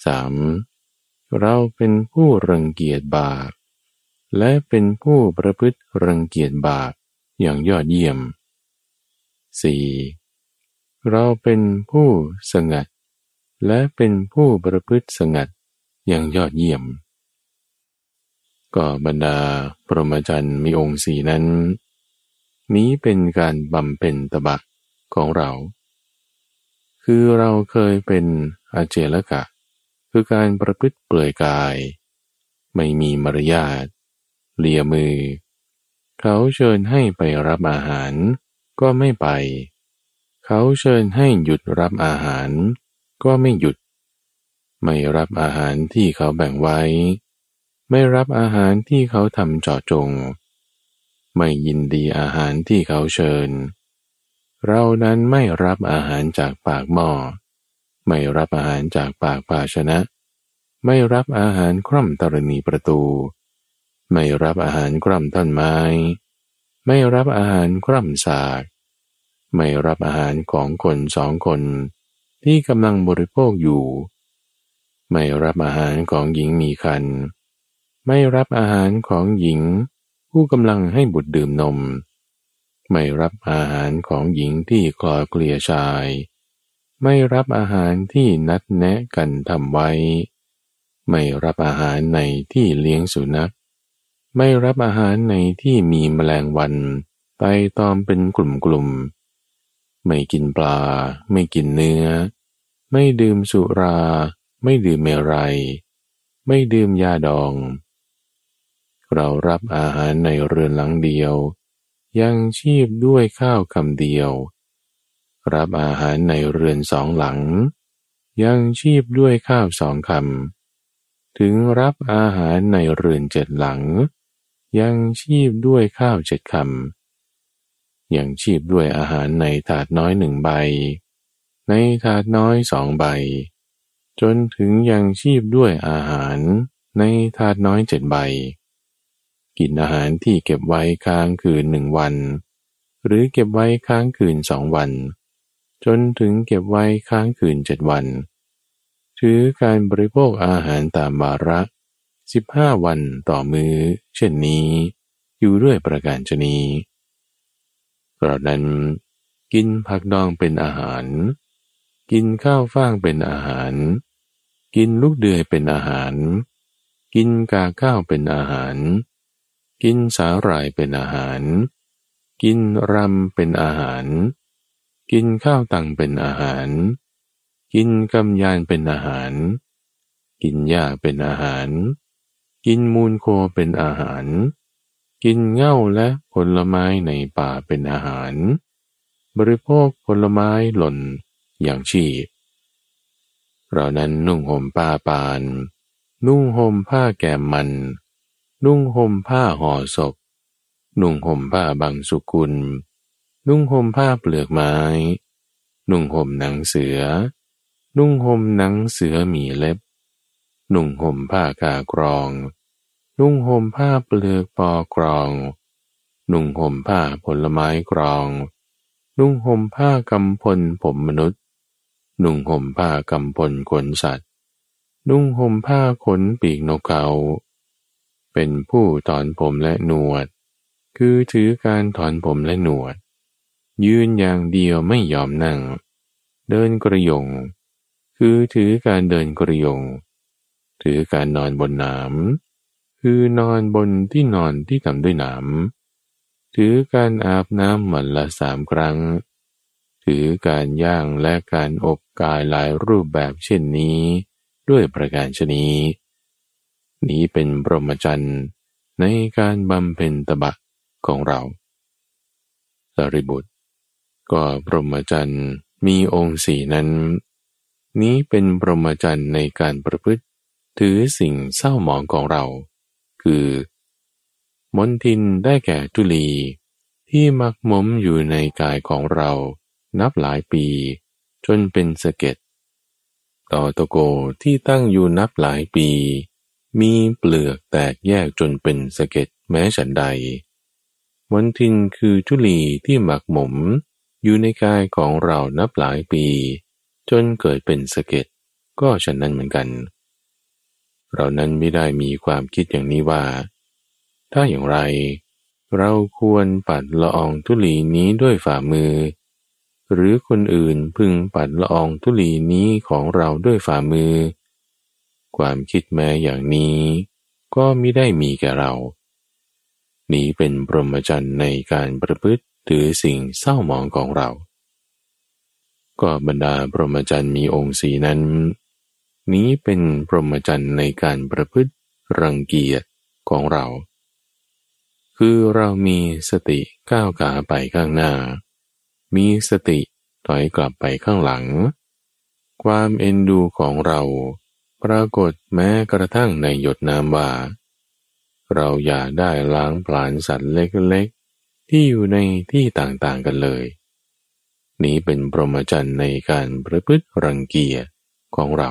สามเราเป็นผู้รังเกียจบาปและเป็นผู้ประพฤติรังเกียจบาปอย่างยอดเยี่ยม สี่เราเป็นผู้สงัดและเป็นผู้ประพฤติสงัดอย่างยอดเยี่ยมก็บรรดาพรหมจรรย์มีองค์สี่นั้นนี้เป็นการบำเพ็ญตบะของเราคือเราเคยเป็นอาเจลกะคือการประพฤติเปลือยกายไม่มีมารยาทเลียมือเขาเชิญให้ไปรับอาหารก็ไม่ไปเขาเชิญให้หยุดรับอาหารก็ไม่หยุดไม่รับอาหารที่เขาแบ่งไว้ไม่รับอาหารที่เขาทำเจาะจงไม่ยินดีอาหารที่เขาเชิญเรานั้นไม่รับอาหารจากปากหม้อไม่รับอาหารจากปากภาชนะไม่รับอาหารคร่ำธรณีประตูไม่รับอาหารคร่ำท่อนไม้ไม่รับอาหารคร่ำสากไม่รับอาหารของคนสองคนที่กำลังบริโภคอยู่ไม่รับอาหารของหญิงมีครรภ์ไม่รับอาหารของหญิงผู้กำลังให้บุตรดื่มนมไม่รับอาหารของหญิงที่คลอเคลียชายไม่รับอาหารที่นัดแนะกันทำไว้ไม่รับอาหารในที่เลี้ยงสุนัขไม่รับอาหารในที่มีแมลงวันไปตอมเป็นกลุ่มๆไม่กินปลาไม่กินเนื้อไม่ดื่มสุราไม่ดื่มเมรัยไม่ดื่มยาดองเรารับอาหารในเรือนหลังเดียวยังชีพด้วยข้าวคำเดียวรับอาหารในเรือนสองหลังยังชีพด้วยข้าวสองคำถึงรับอาหารในเรือนเจ็ดหลังยังชีพด้วยข้าวเจ็ดคำยังชีพด้วยอาหารในถาดน้อยหนึ่งใบในถาดน้อยสองใบจนถึงยังชีพด้วยอาหารในถาดน้อยเจ็ดใบกินอาหารที่เก็บไว้ค้างคืนหนึ่งวันหรือเก็บไว้ค้างคืนสองวันจนถึงเก็บไว้ค้างคืนเจ็ดวันถือการบริโภคอาหารตามวาระสิบห้าวันต่อมื้อเช่นนี้อยู่ด้วยประการฉะนี้เรานั้นกินผักดองเป็นอาหารกินข้าวฟ่างเป็นอาหารกินลูกเดือยเป็นอาหารกินกาข้าวเป็นอาหารกินสาหร่ายเป็นอาหารกินรำเป็นอาหารกินข้าวตังเป็นอาหารกินกำยานเป็นอาหารกินหญ้าเป็นอาหารกินมูลโคเป็นอาหารกินเง่าและผลไม้ในป่าเป็นอาหารบริโภคผลไม้หล่นอย่างชีพเรานั้นนุ่งห่มผ้าปานนุ่งห่มผ้าแกมมันนุ่งห่มผ้าห่อศพนุ่งห่มผ้าบางสุกุลนุ่งห่มผ้าเปลือกไม้นุ่งห่มหนังเสือนุ่งห่มหนังเสือหมีเล็บนุ่งห่มผ้ากากรองนุ่งห่มผ้าเปลือกปอกรองนุ่งห่มผ้าผลไม้กรองนุ่งห่มผ้ากำพลผมมนุษย์นุ่งห่มผ้ากำพลขนสัตว์นุ่งห่มผ้าขนปีกนกเขาเป็นผู้ถอนผมและหนวดคือถือการถอนผมและหนวดยืนอย่างเดียวไม่ยอมนั่งเดินกระยงคือถือการเดินกระยงถือการนอนบนหนามคือนอนบนที่นอนที่ทำด้วยหนามถือการอาบน้ำวันละสามครั้งถือการย่างและการอบกายหลายรูปแบบเช่นนี้ด้วยประการฉะนี้นี้เป็นพรหมจรรย์ในการบำเพ็ญตบะของเราสารีบุตรก็พรหมจรรย์มีองค์สี่นั้นนี้เป็นพรหมจรรย์ในการประพฤติถือสิ่งเศร้าหมองของเราคือมลทินได้แก่ทุลีที่มักหมมอยู่ในกายของเรานับหลายปีจนเป็นสะเก็ดต่อตะโกที่ตั้งอยู่นับหลายปีมีเปลือกแตกแยกจนเป็นสะเก็ดแม้ฉันใดมลทินคือทุลีที่หมักหมมอยู่ในกายของเรานับหลายปีจนเกิดเป็นสะเก็ดก็ฉะนั้นเหมือนกันเรานั้นไม่ได้มีความคิดอย่างนี้ว่าถ้าอย่างไรเราควรปัดละอองธุลีนี้ด้วยฝ่ามือหรือคนอื่นพึงปัดละอองธุลีนี้ของเราด้วยฝ่ามือความคิดแม้อย่างนี้ก็มิได้มีแก่เรานี้เป็นพรหมจรรย์ในการประพฤติถือสิ่งเศร้าหมองของเราก็บรรดาพรหมจรรย์มีองค์สีนั้นนี้เป็นพรหมจรรย์ในการประพฤติรังเกียจของเราคือเรามีสติก้าวขาไปข้างหน้ามีสติถอยกลับไปข้างหลังความเอ็นดูของเราปรากฏแม้กระทั่งในหยดน้ำว่าเราอย่าได้ล้างผลาญสัตว์เล็กๆที่อยู่ในที่ต่างๆกันเลยนี้เป็นพรหมจรรย์ในการประพฤติรังเกียจของเรา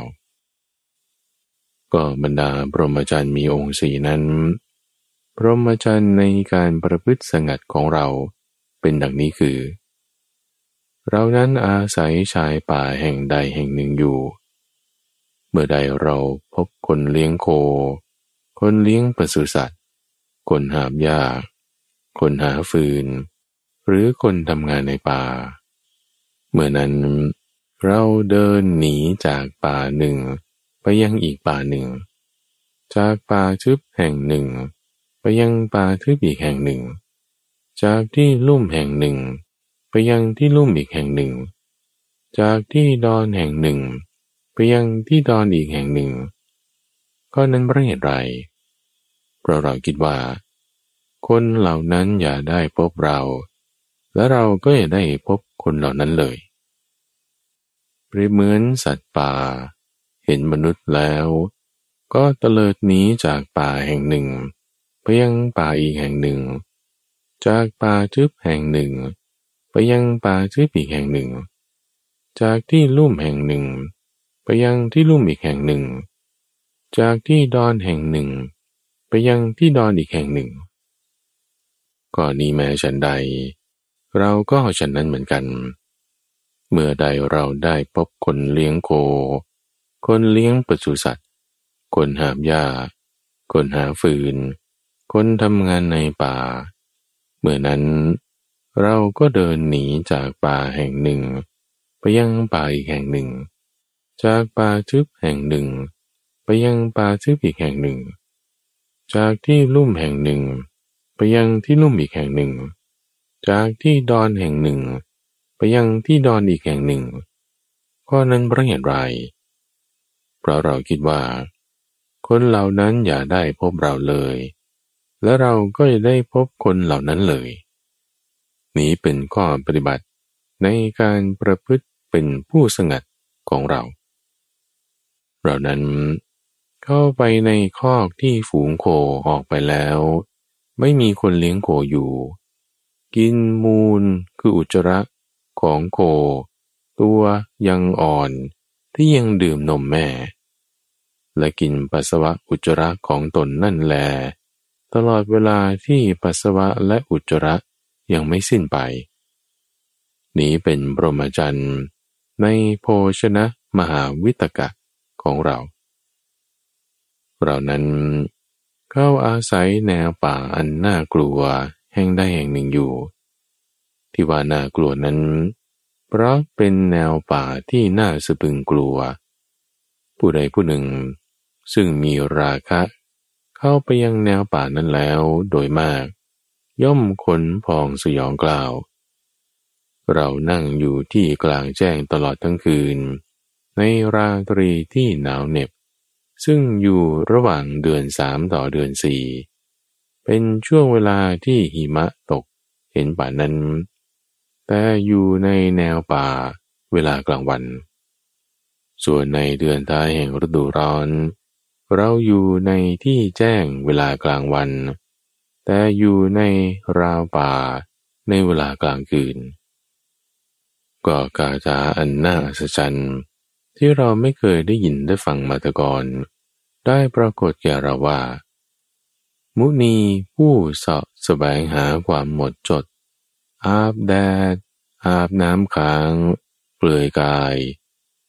ก็บรรดาพรหมจรรย์มีองค์สี่นั้นพรหมจรรย์ในการประพฤติสงัดของเราเป็นดังนี้คือเรานั้นอาศัยชายป่าแห่งใดแห่งหนึ่งอยู่เมื่อใดเราพบคนเลี้ยงโคคนเลี้ยงปศุสัตว์คนหาบหญ้าคนหาฟืนหรือคนทำงานในป่าเมื่อนั้นเราเดินหนีจากป่าหนึ่งไปยังอีกป่าหนึ่งจากป่าทึบแห่งหนึ่งไปยังป่าทึบอีกแห่งหนึ่งจากที่ลุ่มแห่งหนึ่งไปยังที่ลุ่มอีกแห่งหนึ่งจากที่ดอนแห่งหนึ่งไปยังที่ดอนอีกแห่งหนึ่งก็นั้นเพราะเหตุไรเพราะเราคิดว่าคนเหล่านั้นอย่าได้พบเราและเราก็อย่าได้พบคนเหล่านั้นเลยเปรียบเหมือนสัตว์ป่าเห็นมนุษย์แล้วก็เตลิดหนีจากป่าแห่งหนึ่งไปยังป่าอีกแห่งหนึ่งจากป่าทึบแห่งหนึ่งไปยังป่าทึบอีกแห่งหนึ่งจากที่ลุ่มแห่งหนึ่งไปยังที่ลุ่มอีกแห่งหนึ่งจากที่ดอนแห่งหนึ่งไปยังที่ดอนอีกแห่งหนึ่งก็นี้แม้ฉันใดเราก็ฉันนั้นเหมือนกันเมื่อใดเราได้พบคนเลี้ยงโคคนเลี้ยงปศุสัตว์คนหาบหญ้าคนหาฟืนคนทำงานในป่าเมื่อนั้นเราก็เดินหนีจากป่าแห่งหนึ่งไปยังป่าอีกแห่งหนึ่งจากป่าทึบแห่งหนึ่งไปยังป่าทึบอีกแห่งหนึ่งจากที่ลุ่มแห่งหนึ่งไปยังที่ลุ่มอีกแห่งหนึ่งจากที่ดอนแห่งหนึ่งไปยังที่ดอนอีกแห่งหนึ่งข้อนั้นเพราะเหตุไรเพราะเราคิดว่าคนเหล่านั้นอย่าได้พบเราเลยและเราก็จะได้พบคนเหล่านั้นเลยนี้เป็นข้อปฏิบัติในการประพฤติเป็นผู้สงัดของเราเรานั้นเข้าไปในคอกที่ฝูงโคออกไปแล้วไม่มีคนเลี้ยงโคอยู่กินมูลคืออุจจาระของโคตัวยังอ่อนที่ยังดื่มนมแม่และกินปัสสาวะอุจจาระของตนนั่นแลตลอดเวลาที่ปัสสาวะและอุจจาระยังไม่สิ้นไปนี้เป็นพรหมจรรย์ในโภชนะมหาวิตกะของเราเรานั้นเข้าอาศัยแนวป่าอันน่ากลัวแห่งใดแห่งหนึ่งอยู่ที่ว่าน่ากลัวนั้นเพราะเป็นแนวป่าที่น่าสะพรึงกลัวผู้ใดผู้หนึ่งซึ่งมีราคะเข้าไปยังแนวป่านั้นแล้วโดยมากย่อมขนพองสยองกล่าวเรานั่งอยู่ที่กลางแจ้งตลอดทั้งคืนในราตรีที่หนาวเหน็บซึ่งอยู่ระหว่างเดือนสามต่อเดือนสี่เป็นช่วงเวลาที่หิมะตกเห็นป่านั้นแต่อยู่ในแนวป่าเวลากลางวันส่วนในเดือนท้ายแห่งฤดูร้อนเราอยู่ในที่แจ้งเวลากลางวันแต่อยู่ในราวป่าในเวลากลางคืนก็คาถาอันน่าอัศจรรย์ที่เราไม่เคยได้ยินได้ฟังมาแต่ก่อนได้ปรากฏแก่เราว่ามุนีผู้เสาะแสวงหาความหมดจดอาบแดดอาบน้ำค้างเปลือยกาย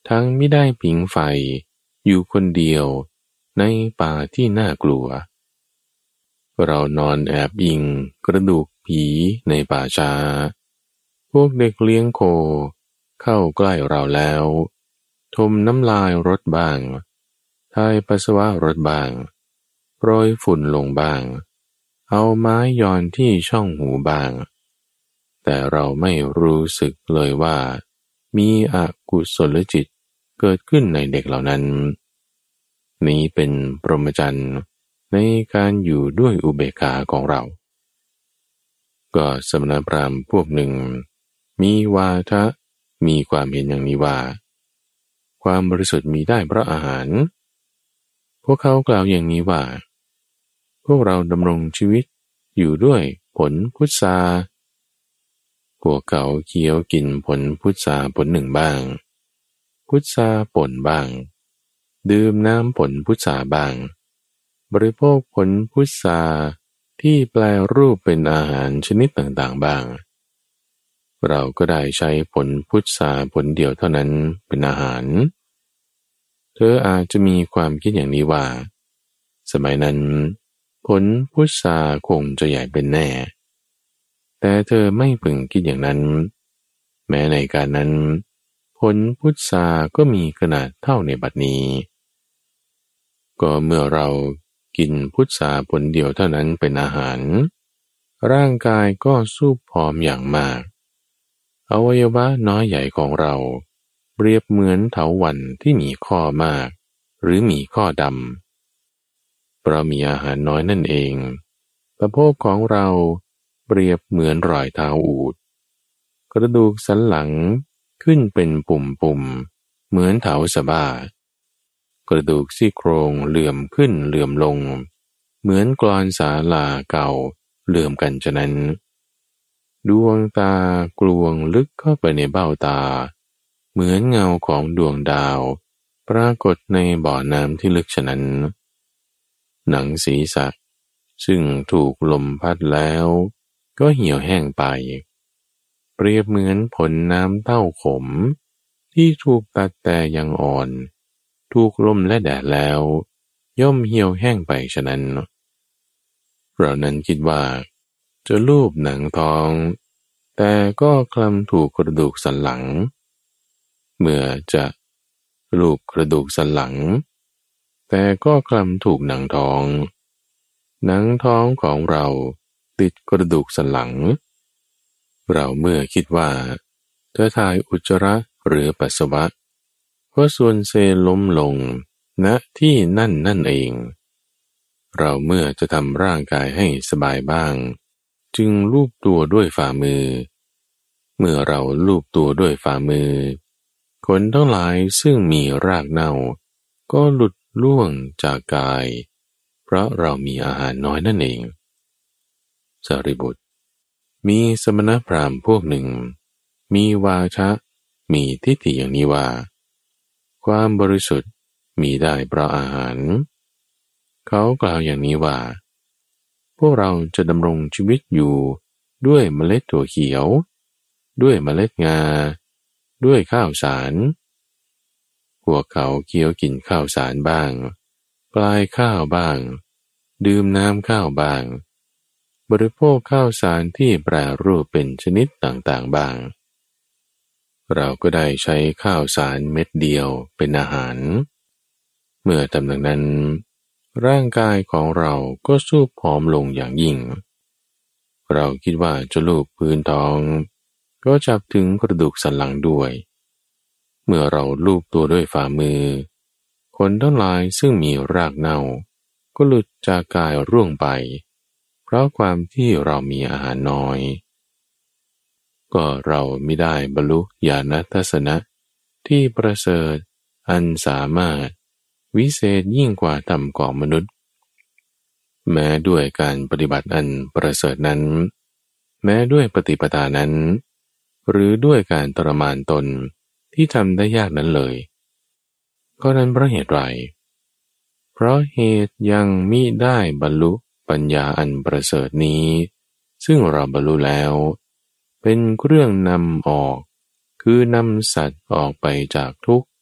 ทั้งไม่ได้ผิงไฟอยู่คนเดียวในป่าที่น่ากลัวเรานอนแอบอิงกระดูกผีในป่าช้าพวกเด็กเลี้ยงโคเข้าใกล้เราแล้วทมน้ำลายรถบ้างทายปัสสาวะรถบ้างโปรยฝุ่นลงบ้างเอาไม้ย้อนที่ช่องหูบ้างแต่เราไม่รู้สึกเลยว่ามีอกุศลจิตเกิดขึ้นในเด็กเหล่านั้นนี้เป็นพรหมจรรย์ในการอยู่ด้วยอุเบกขาของเราก็สมณพราหมณ์พวกหนึ่งมีวาทะมีความเห็นอย่างนี้ว่าความบริสุทธิ์มีได้เพราะอาหารพวกเขากล่าวอย่างนี้ว่าพวกเราดำรงชีวิตอยู่ด้วยผลพุทราพวกเขาเคี้ยวกินผลพุทราผลหนึ่งบ้างพุทราป่นบ้างดื่มน้ำผลพุทราบ้างบริโภคผลพุทราที่แปลรูปเป็นอาหารชนิดต่างๆบ้างเราก็ได้ใช้ผลพุทราผลเดียวเท่านั้นเป็นอาหารเธออาจจะมีความคิดอย่างนี้ว่าสมัยนั้นผลพุทราคงจะใหญ่เป็นแน่แต่เธอไม่พึงคิดอย่างนั้นแม้ในการนั้นผลพุทราก็มีขนาดเท่าในบัดนี้ก็เมื่อเรากินพุทราผลเดียวเท่านั้นเป็นอาหารร่างกายก็สู้ผอมอย่างมากอวัยวะน้อยใหญ่ของเราเปรียบเหมือนเถาวัลย์ที่มีข้อมากหรือมีข้อดำเพราะมีอาหารน้อยนั่นเองสะโพกของเราเปรียบเหมือนรอยเท้าอูฐกระดูกสันหลังขึ้นเป็นปุ่มๆเหมือนเถาสะบ้ากระดูกซี่โครงเหลื่อมขึ้นเหลื่อมลงเหมือนกลอนศาลาเก่าเหลื่อมกันฉะนั้นดวงตากลวงลึกเข้าไปในเบ้าตาเหมือนเงาของดวงดาวปรากฏในบ่อน้ำที่ลึกฉะนั้นหนังศีรษะซึ่งถูกลมพัดแล้วก็เหี่ยวแห้งไปเปรียบเหมือนผลน้ำเต้าขมที่ถูกตัดแต่ยังอ่อนถูกลมและแดดแล้วย่อมเหี่ยวแห้งไปฉะนั้นเรานั้นคิดว่าจะลูบหนังท้องแต่ก็คลำถูกกระดูกสันหลังเมื่อจะลูบกระดูกสันหลังแต่ก็คลำถูกหนังท้องหนังท้องของเราติดกระดูกสันหลังเราเมื่อคิดว่าจะถ่ายอุจจาระหรือปัสสาวะก็ส่วนเซล้มลงณที่นั่นนั่นเองเราเมื่อจะทำร่างกายให้สบายบ้างจึงลูบตัวด้วยฝ่ามือเมื่อเราลูบตัวด้วยฝ่ามือขนทั้งหลายซึ่งมีรากเน่าก็หลุดล่วงจากกายเพราะเรามีอาหารน้อยนั่นเองสารีบุตรมีสมณพราหมณ์พวกหนึ่งมีวาทะมีทิฏฐิอย่างนี้ว่าความบริสุทธิ์มีได้เพราะอาหารเขากล่าวอย่างนี้ว่าพวกเราจะดำรงชีวิตอยู่ด้วยเมล็ดถั่วเขียวด้วยเมล็ดงาด้วยข้าวสารพวกเขาเคี้ยวกินข้าวสารบ้างปลายข้าวบ้างดื่มน้ำข้าวบ้างบริโภคข้าวสารที่แปรรูปเป็นชนิดต่างๆบ้างเราก็ได้ใช้ข้าวสารเม็ดเดียวเป็นอาหารเมื่อทำดังนั้นร่างกายของเราก็สู้ผอมลงอย่างยิ่งเราคิดว่าจะลูบพื้นท้องก็จับถึงกระดูกสันหลังด้วยเมื่อเราลูบตัวด้วยฝ่ามือขนทั้งหลายซึ่งมีรากเน่าก็หลุดจากกายร่วงไปเพราะความที่เรามีอาหารน้อยก็เราไม่ได้บรรลุญาณทัศนะที่ประเสริฐอันสามารถวิเศษยิ่งกว่าธรรมของมนุษย์แม้ด้วยการปฏิบัติอันประเสริฐนั้นแม้ด้วยปฏิปทานั้นหรือด้วยการทรมานตนที่ทำได้ยากนั้นเลยก็นั้นเพราะเหตุไรเพราะเหตุยังมิได้บรรลุปัญญาอันประเสริฐนี้ซึ่งเราบรรลุแล้วเป็นเครื่องนำออกคือนำสัตว์ออกไปจากทุกข์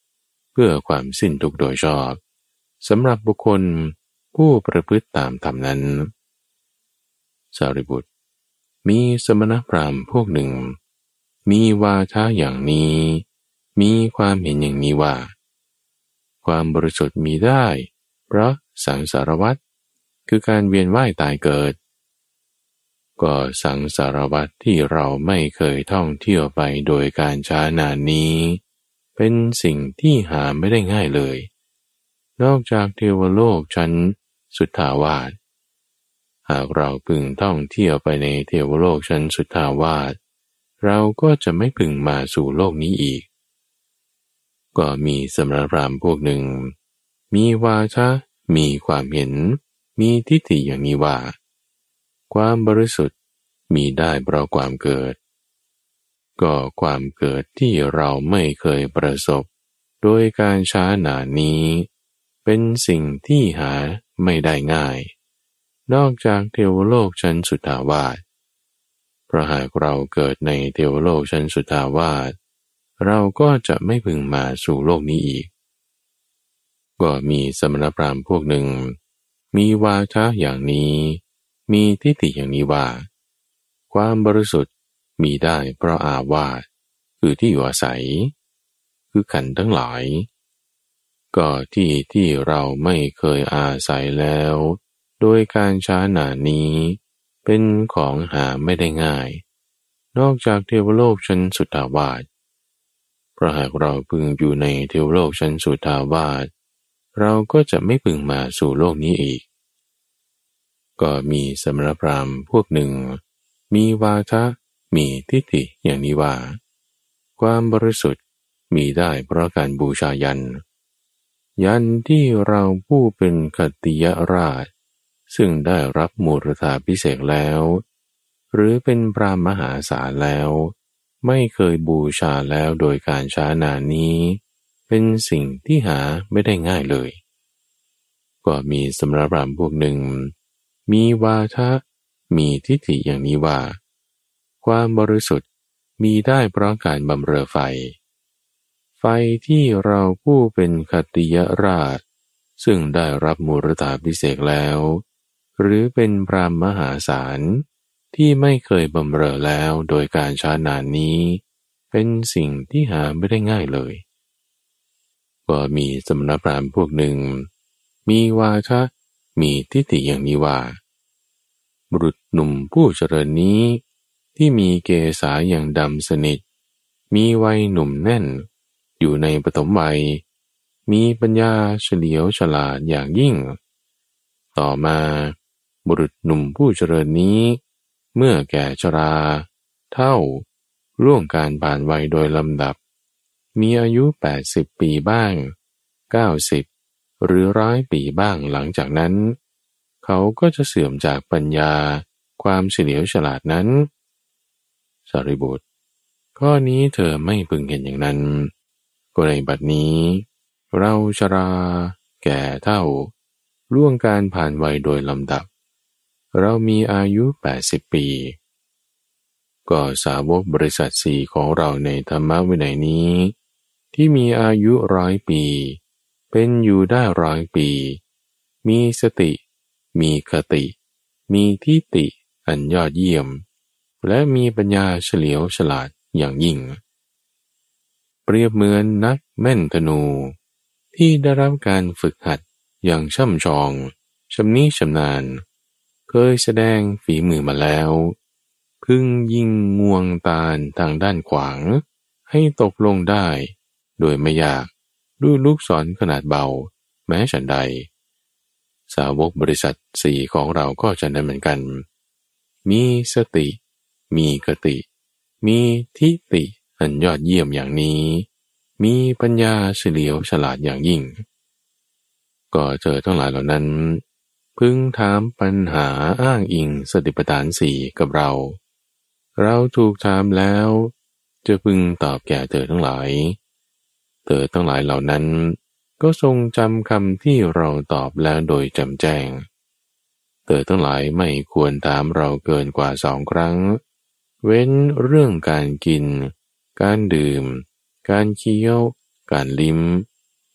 เพื่อความสิ้นทุกข์โดยชอบสำหรับบุคคลผู้ประพฤติตามธรรมนั้นสารีบุตรมีสมณพราหมณ์พวกหนึ่งมีวาทะอย่างนี้มีความเห็นอย่างนี้ว่าความบริสุทธิ์มีได้เพราะสังสารวัฏคือการเวียนว่ายตายเกิดก็สังสารวัฏที่เราไม่เคยท่องเที่ยวไปโดยการช้านานนี้เป็นสิ่งที่หาไม่ได้ง่ายเลยนอกจากเทวโลกชั้นสุทธาวาสหากเราพึงท่องเที่ยวไปในเทวโลกชั้นสุทธาวาสเราก็จะไม่พึงมาสู่โลกนี้อีกก็มีสมณพราหมณ์พวกหนึ่งมีวาทะมีความเห็นมีทิฏฐิอย่างนี้ว่าความบริสุทธิ์มีได้เพราะความเกิดก็ความเกิดที่เราไม่เคยประสบโดยการช้านานนี้เป็นสิ่งที่หาไม่ได้ง่ายนอกจากเทวโลกชั้นสุทธาวาสเพราะหากเราเกิดในเทวโลกชั้นสุทธาวาสเราก็จะไม่พึงมาสู่โลกนี้อีกก็มีสมณพราหมณ์พวกหนึ่งมีวาทะอย่างนี้มีทิฏฐิอย่างนี้ว่าความบริสุทธิ์มีได้เพราะอาวาสคือที่อยู่อาศัยคือขันธ์ทั้งหลายก็ที่ที่เราไม่เคยอาศัยแล้วโดยการช้านานนี้เป็นของหาไม่ได้ง่ายนอกจากเทวโลกชั้นสุทธาวาสเพราะหากเราพึงอยู่ในเทวโลกชั้นสุทธาวาสเราก็จะไม่พึงมาสู่โลกนี้อีกก็มีสมณพราหมณ์พวกหนึ่งมีวาทะมีทิฏฐิอย่างนี้ว่าความบริสุทธิ์มีได้เพราะการบูชายันยันที่เราผู้เป็นขัตติยราชซึ่งได้รับมูรธาภิเษกแล้วหรือเป็นพราหมณ์มหาศาลแล้วไม่เคยบูชาแล้วโดยการช้านานนี้เป็นสิ่งที่หาไม่ได้ง่ายเลยก็มีสมณพราหมณ์พวกหนึ่งมีวาทะมีทิฏฐิอย่างนี้ว่าความบริสุทธิ์มีได้เพราะการบำเรอไฟไฟที่เราผู้เป็นขัตติยราชซึ่งได้รับมูรธาภิเษกแล้วหรือเป็นพราหมณ์มหาศาลที่ไม่เคยบำเรอแล้วโดยการช้านานนี้เป็นสิ่งที่หาไม่ได้ง่ายเลยก็มีสมณพราหมณ์พวกหนึ่งมีวาทะมีทิฏฐิอย่างนี้ว่าบุรุษหนุ่มผู้เจริญนี้ที่มีเกศาอย่างดำสนิทมีวัยหนุ่มแน่นอยู่ในปฐมวัยมีปัญญาเฉลียวฉลาดอย่างยิ่งต่อมาบุรุษหนุ่มผู้เจริญนี้เมื่อแก่ชราเฒ่าล่วงการผ่านวัยโดยลำดับมีอายุแปดสิบปีบ้างเก้าสิบหรือร้อยปีบ้างหลังจากนั้นเขาก็จะเสื่อมจากปัญญาความเฉลียวฉลาดนั้นสารีบุตรข้อนี้เธอไม่พึงเห็นอย่างนั้นก็ในบัดนี้เราชราแก่เฒ่าล่วงการผ่านวัยโดยลำดับเรามีอายุแปดสิบปีก็สาวกบริษัทสี่ของเราในธรรมวินัยนี้ที่มีอายุร้อยปีเป็นอยู่ได้ร้อยปีมีสติมีคติมีทิฏฐิอันยอดเยี่ยมและมีปัญญาเฉลียวฉลาดอย่างยิ่งเปรียบเหมือนนักแม่นธนูที่ได้รับการฝึกหัดอย่างช่ำชองชำนิชำนาญเคยแสดงฝีมือมาแล้วพึงยิงงวงตาลทางด้านขวางให้ตกลงได้โดยไม่ยากด้วยลูกศรขนาดเบาแม้ฉันใดสาวกบริษัทสี่ของเราก็จะนั้นเหมือนกันมีสติมีคติมีทิฏฐิอันยอดเยี่ยมอย่างนี้มีปัญญาเฉลียวฉลาดอย่างยิ่งก็เจอทั้งหลายเหล่านั้นพึงถามปัญหาอ้างอิงสติปัฏฐานสี่กับเราเราถูกถามแล้วจะพึงตอบแก่เธอทั้งหลายเธอทั้งหลายเหล่านั้นก็ทรงจำคำที่เราตอบแล้วโดยแจ่มแจ้งเธอทั้งหลายไม่ควรถามเราเกินกว่าสองครั้งเว้นเรื่องการกินการดื่มการเคี้ยวการลิ้ม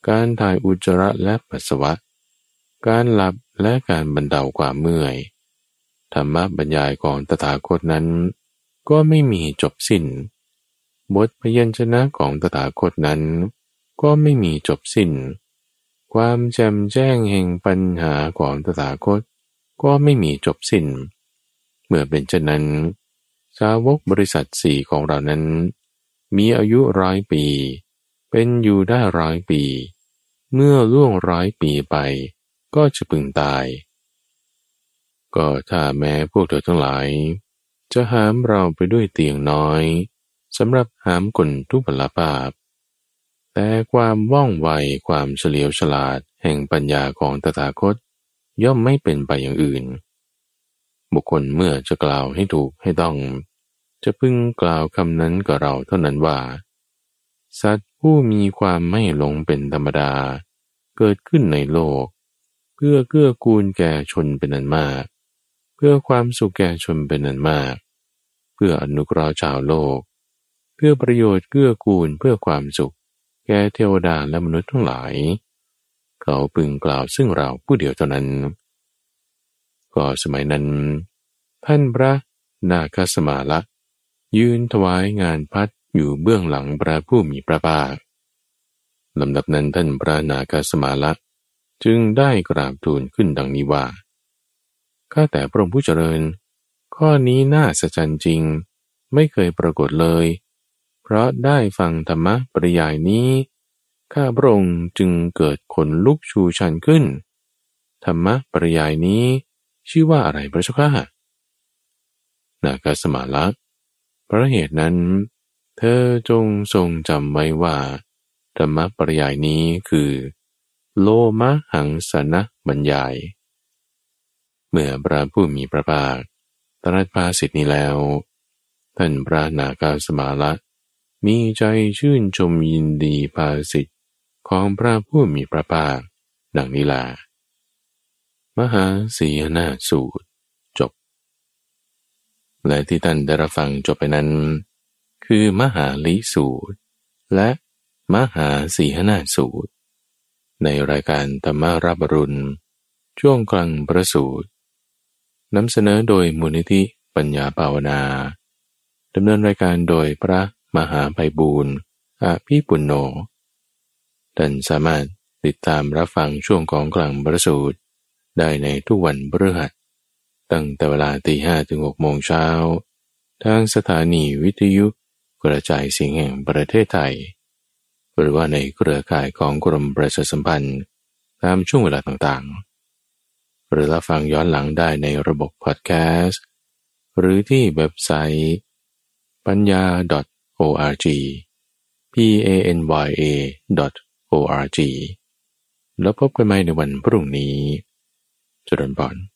การถ่ายอุจจาระและปัสสาวะการหลับและการบรรเทาความเมื่อยธรรมบรรยายของตถาคตนั้นก็ไม่มีจบสิ้นบทพยัญชนะของตถาคตนั้นก็ไม่มีจบสิ้นความแจ่มแจ้งแห่งปัญหาของตถาคตก็ไม่มีจบสิ้นเมื่อเป็นเช่นนั้นสาวกบริษัทสี่ของเรานั้นมีอายุร้อยปีเป็นอยู่ได้ร้อยปีเมื่อล่วงร้อยปีไปก็จะพึงตายก็ถ้าแม้พวกเธอทั้งหลายจะหามเราไปด้วยเตียงน้อยสำหรับหามกลทุพพลภาพแต่ความว่องไวความเฉลียวฉลาดแห่งปัญญาของตถาคตย่อมไม่เป็นไปอย่างอื่นบุคคลเมื่อจะกล่าวให้ถูกให้ต้องจะพึงกล่าวคำนั้นกับเราเท่านั้นว่าสัตว์ผู้มีความไม่หลงเป็นธรรมดาเกิดขึ้นในโลกเพื่อเกื้อกูลแก่ชนเป็นอันมากเพื่อความสุขแก่ชนเป็นอันมากเพื่ออนุเคราะห์ชาวโลกเพื่อประโยชน์เกื้อกูลเพื่อความสุขแก่เทวดาและมนุษย์ทั้งหลายเขาพึงกล่าวซึ่งเราผู้เดียวเท่านั้นก็สมัยนั้นท่านพระนาคสมาละยืนถวายงานพัดอยู่เบื้องหลังพระผู้มีพระภาคลำดับนั้นท่านพระนาคสมาละจึงได้กราบทูลขึ้นดังนี้ว่าข้าแต่พระองค์ผู้เจริญข้อนี้น่าสะใจจริงไม่เคยปรากฏเลยเพราะได้ฟังธรรมะปริยายนี้ข้าพระองค์จึงเกิดขนลุกชูชันขึ้นธรรมะปริยายนี้ชื่อว่าอะไรพระเจ้าข้านาคสมาละเพราะเหตุนั้นเธอจงทรงจำไว้ว่าธรรมะปริยายนี้คือโลมหังสนะบรรยายเมื่อพระผู้มีพระภาคตรัสภาสิทธินี้แล้วท่านพระนาคสมาละมีใจชื่นชมยินดีภาสิทธิของพระผู้มีพระภาคดังนี้แลมหาสีหนาสูตรจบและที่ท่านได้รับฟังจบไปนั้นคือมหาลิสูตรและมหาสีหนาสูตรในรายการธรรมารับอรุณช่วงกลางประสูตรนำเสนอโดยมูลนิธิปัญญาภาวนาดำเนินรายการโดยพระมหาไพบูลย์อภิปุณโญท่านสามารถติดตามรับฟังช่วงของกลางประสูตรได้ในทุกวันพฤหัสตั้งแต่เวลาตีห้ถึงหกโมงเช้าทางสถานีวิทยุกระจายเสียงแห่งประเทศไทยหรือว่าในเครือข่ายของกรมประชาสัมพันธ์ตามช่วงเวลาต่างๆหรือรับฟังย้อนหลังได้ในระบบพอดแคสต์หรือที่เว็บไซต์ปัญญา .org p a n y a .org แล้วพบกันใหม่ในวันพรุ่งนี้เจริญพร